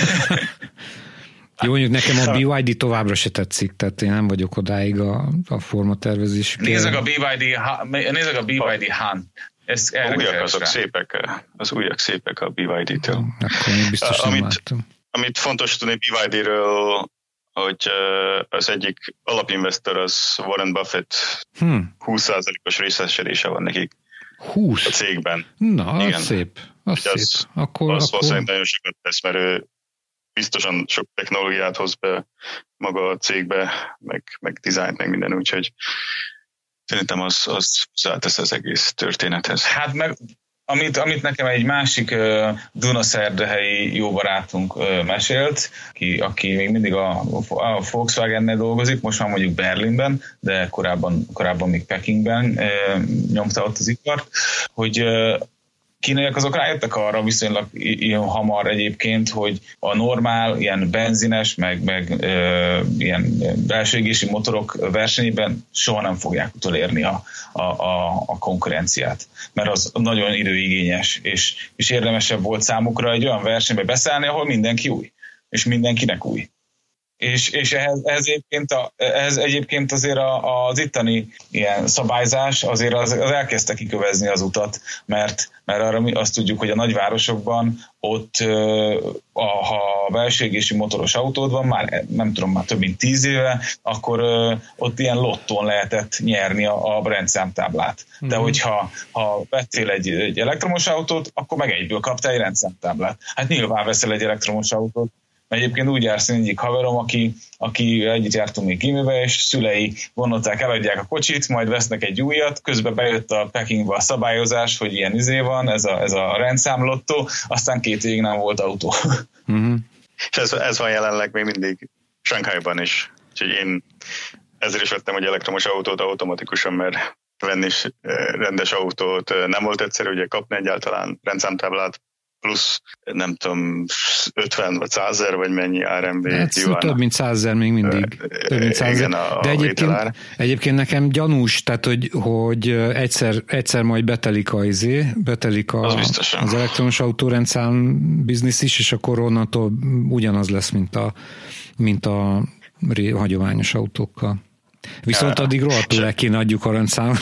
Jó, mondjuk nekem a bé ipszilon továbbra se tetszik, tehát én nem vagyok odáig a, a formatervezés. Nézzek a bé ipszilon, nézzek a bé ipszilon Han. Ez újak azok rá. Szépek, az újak szépek a bé ipszilon-től. Akkor még biztos nem amit, láttam. Amit fontos tudni bé ipszilonről, hogy az egyik alapinvestor az Warren Buffett, hmm. húsz százalékos részesedése van nekik húsz a cégben. Na, az igen. szép. Az szép. Az, akkor, az akkor... valószínűleg nagyon sokat tesz, mert ő biztosan sok technológiát hoz be maga a cégbe, meg, meg dizájnt, meg minden, úgyhogy szerintem az, az tesz az egész történethez. Hát meg amit, amit nekem egy másik uh, dunaszerdahelyi jó barátunk uh, mesélt, aki, aki még mindig a, a Volkswagen-nél dolgozik, most már mondjuk Berlinben, de korábban, korábban még Pekingben uh, nyomta ott az ipart, hogy uh, kínaiak azok rájöttek arra viszonylag ilyen hamar egyébként, hogy a normál, ilyen benzines, meg, meg ö, ilyen belső égési motorok versenyében soha nem fogják utolérni a, a, a, a konkurenciát. Mert az nagyon időigényes, és, és érdemesebb volt számukra egy olyan versenybe beszállni, ahol mindenki új, és mindenkinek új. És, és ehhez, ehhez, egyébként a, ehhez egyébként azért a, az itteni ilyen szabályzás azért az, az elkezdte kikövezni az utat, mert, mert arra mi azt tudjuk, hogy a nagyvárosokban ott a, ha a belső égési motoros autód van, már nem tudom, már több mint tíz éve, akkor ott ilyen lottón lehetett nyerni a, a rendszámtáblát. De mm-hmm. hogyha ha vettél egy, egy elektromos autót, akkor meg egyből kaptál egy rendszámtáblát. Hát nyilván veszel egy elektromos autót. Egyébként úgy jársz egyik haverom, aki, aki együtt jártunk még gimibe, és szülei vonották, eladják a kocsit, majd vesznek egy újat, közben bejött a Pekingbe a szabályozás, hogy ilyen izé van, ez a, ez a rendszámlottó, aztán két évig nem volt autó. Mm-hmm. És ez, ez van jelenleg még mindig Shanghaiban is. Úgyhogy én ezért is vettem egy elektromos autót automatikusan, mert venni is rendes autót nem volt egyszerű, ugye kapni egyáltalán rendszámtáblát, plusz, nem tudom, ötven vagy százezer, vagy mennyi er em bé hát, yuan. Több mint százezer még mindig. Több mint százezer. Igen, a, de egyébként, egyébként nekem gyanús, tehát hogy, hogy egyszer, egyszer majd betelik a izé, betelik a, az, az elektromos autórendszám biznisz is, és akkor onnantól ugyanaz lesz, mint a, mint a hagyományos autókkal. Viszont ja, addig rohadtul le kéne adjuk a rendszámot,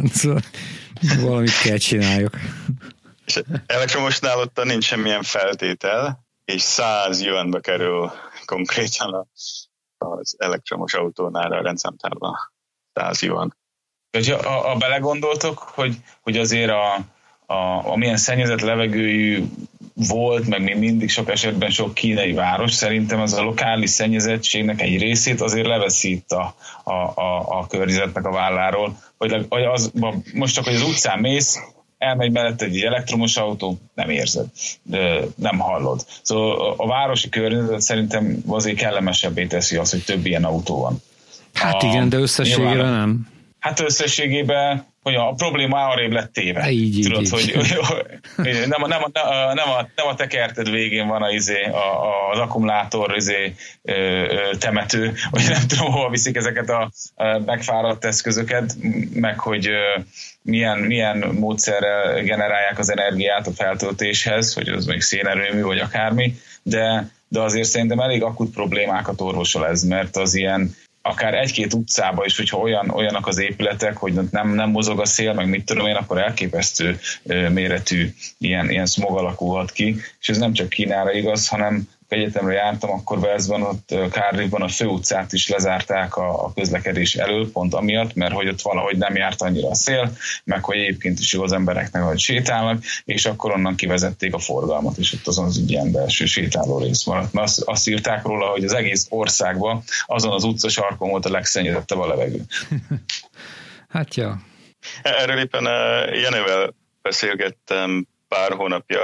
valamit kell csináljuk. És elektromosnál ott nincs semmilyen feltétel, és száz yuanba kerül konkrétan az elektromos autónál a rendszámtárban. száz yuan. Ha belegondoltok, hogy, hogy azért a, a, a milyen szennyezett levegőjű volt, meg még mindig sok esetben sok kínai város, szerintem az a lokális szennyezettségnek egy részét azért leveszít a, a, a, a környezetnek a válláról. Hogy az, most csak, hogy az utcán mész, elmegy mellett egy elektromos autó, nem érzed, nem hallod. Szóval a városi környezet szerintem azért kellemesebbé teszi azt, hogy több ilyen autó van. Hát a, igen, de összességében nyilván, nem. Hát összességében, hogy a probléma arrébb lett téve. Így, Tudod, így, hogy, így. hogy nem, a, nem, a, nem, a, nem a te kerted végén van a, izé, a, az akkumulátor izé, temető, vagy nem tudom, hol viszik ezeket a megfáradt eszközöket, meg hogy milyen, milyen módszerrel generálják az energiát a feltöltéshez, hogy az még szénerőmű, vagy akármi, de, de azért szerintem elég akut problémákat orvosol ez, mert az ilyen akár egy-két utcába is, hogyha olyan, olyanak az épületek, hogy nem, nem mozog a szél, meg mit tudom én, akkor elképesztő méretű ilyen, ilyen smog alakulhat ki, és ez nem csak Kínára igaz, hanem egyetemre jártam, akkor Velszben, ott Cardiffban a főutcát is lezárták a, a közlekedés elől, pont amiatt, mert hogy ott valahogy nem járt annyira a szél, meg hogy egyébként is jó az embereknek, hogy sétálnak, és akkor onnan kivezették a forgalmat, és ott azon az egy ilyen belső sétáló rész maradt. Mert azt, azt írták róla, hogy az egész országban azon az utcasarkon volt a legszennyezettebb a levegő. Hát ja. Erről éppen Jenővel beszélgettem pár hónapja,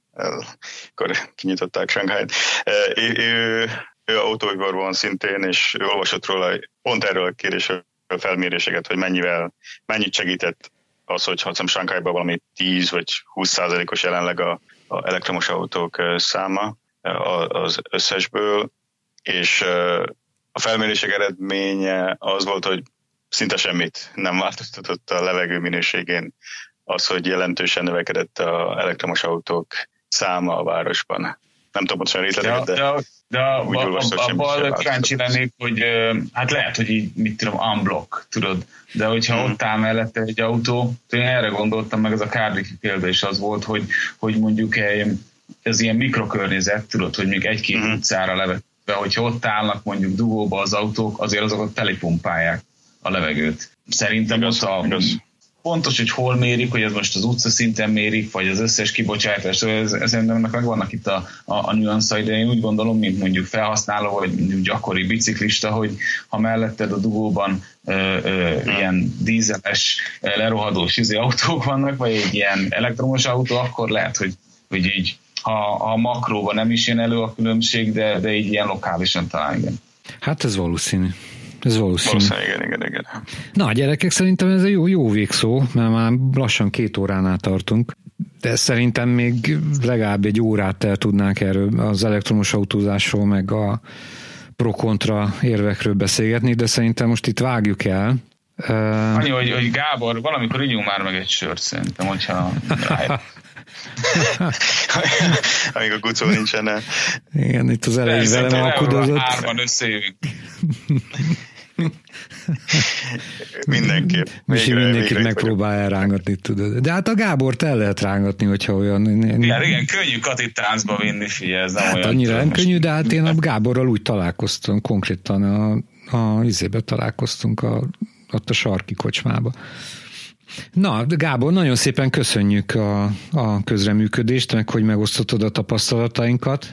akkor kinyitották Shanghai-t. Ő, ő, ő autóiparban szintén, és ő olvasott róla pont erről a kérdésről felméréseket, hogy mennyivel, mennyit segített az, hogy ha Shanghai-ban valami tíz vagy húsz százalékos jelenleg a, a elektromos autók száma az összesből, és a felmérések eredménye az volt, hogy szinte semmit nem változtatott a levegő minőségén az, hogy jelentősen növekedett az elektromos autók száma a városban. Nem tudom pontosan részleteket, de, de, de úgy olvastok, semmi sem változtatott. Kíváncsi lennék, hogy hát lehet, hogy így, mit tudom, unblock, tudod, de hogyha hmm. ott áll mellette egy autó, én erre gondoltam, meg ez a Cardiffi példa is az volt, hogy, hogy mondjuk egy, ez ilyen mikrokörnyezet, tudod, hogy még egy-két hmm. utcára levetve, hogyha ott állnak mondjuk dugóba az autók, azért azokat telepumpálják a levegőt. Szerintem igaz, ott a... Igaz. Pontos, hogy hol mérik, hogy ez most az utca szinten mérik, vagy az összes kibocsátás, ez, ez ennek meg vannak itt a, a, a nüanszai, de én úgy gondolom, mint mondjuk felhasználó, vagy mondjuk gyakori biciklista, hogy ha melletted a dugóban ö, ö, hmm. ilyen dízeles, lerohadós izé autók vannak, vagy egy ilyen elektromos autó, akkor lehet, hogy, hogy így, ha a makróban nem is jön elő a különbség, de, de így ilyen lokálisan talán igen. Hát ez valószínű. Ez valószínű. Igen, igen, igen. Na, gyerekek, szerintem ez egy jó, jó végszó, mert már lassan két óránál tartunk, de szerintem még legalább egy órát el tudnánk erről az elektromos autózásról, meg a pro-kontra érvekről beszélgetni, de szerintem most itt vágjuk el. Annyi, hogy, hogy Gábor, valamikor ígyunk már meg egy sört, szerintem, hogyha rájön. Amíg a Gucó nincsen el. Igen, itt az elején velem alkudozott. Hárman összejövünk. Mindenképp. Misi mindenkit megpróbál elrángatni, tudod. De hát a Gábort el lehet rángatni, hogyha olyan... Igen, igen, könnyű Katit táncba vinni, figyelj, ez nem hát olyan... Annyira nem könnyű, de hát én a Gáborral úgy találkoztam, konkrétan a, a izébe találkoztunk, a, ott a sarki kocsmába. Na, Gábor, nagyon szépen köszönjük a, a közreműködést, meg hogy megosztottad a tapasztalatainkat,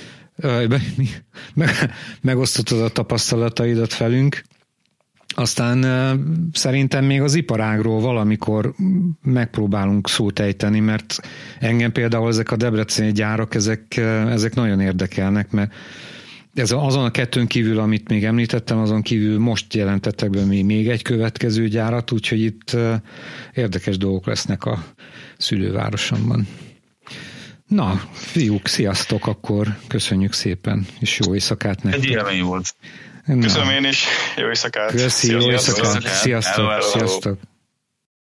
meg, megosztottad a tapasztalataidat velünk. Aztán szerintem még az iparágról valamikor megpróbálunk szót ejteni, mert engem például ezek a debreceni gyárak, ezek, ezek nagyon érdekelnek, mert ez azon a kettőn kívül, amit még említettem, azon kívül most jelentettek be még egy következő gyárat, úgyhogy itt érdekes dolgok lesznek a szülővárosomban. Na, fiúk, sziasztok, akkor köszönjük szépen, és jó éjszakát nektek. Egy élmény volt. Na. Köszönöm én is, jó éjszakát. Köszi, jó éjszakát, sziasztok, sziasztok.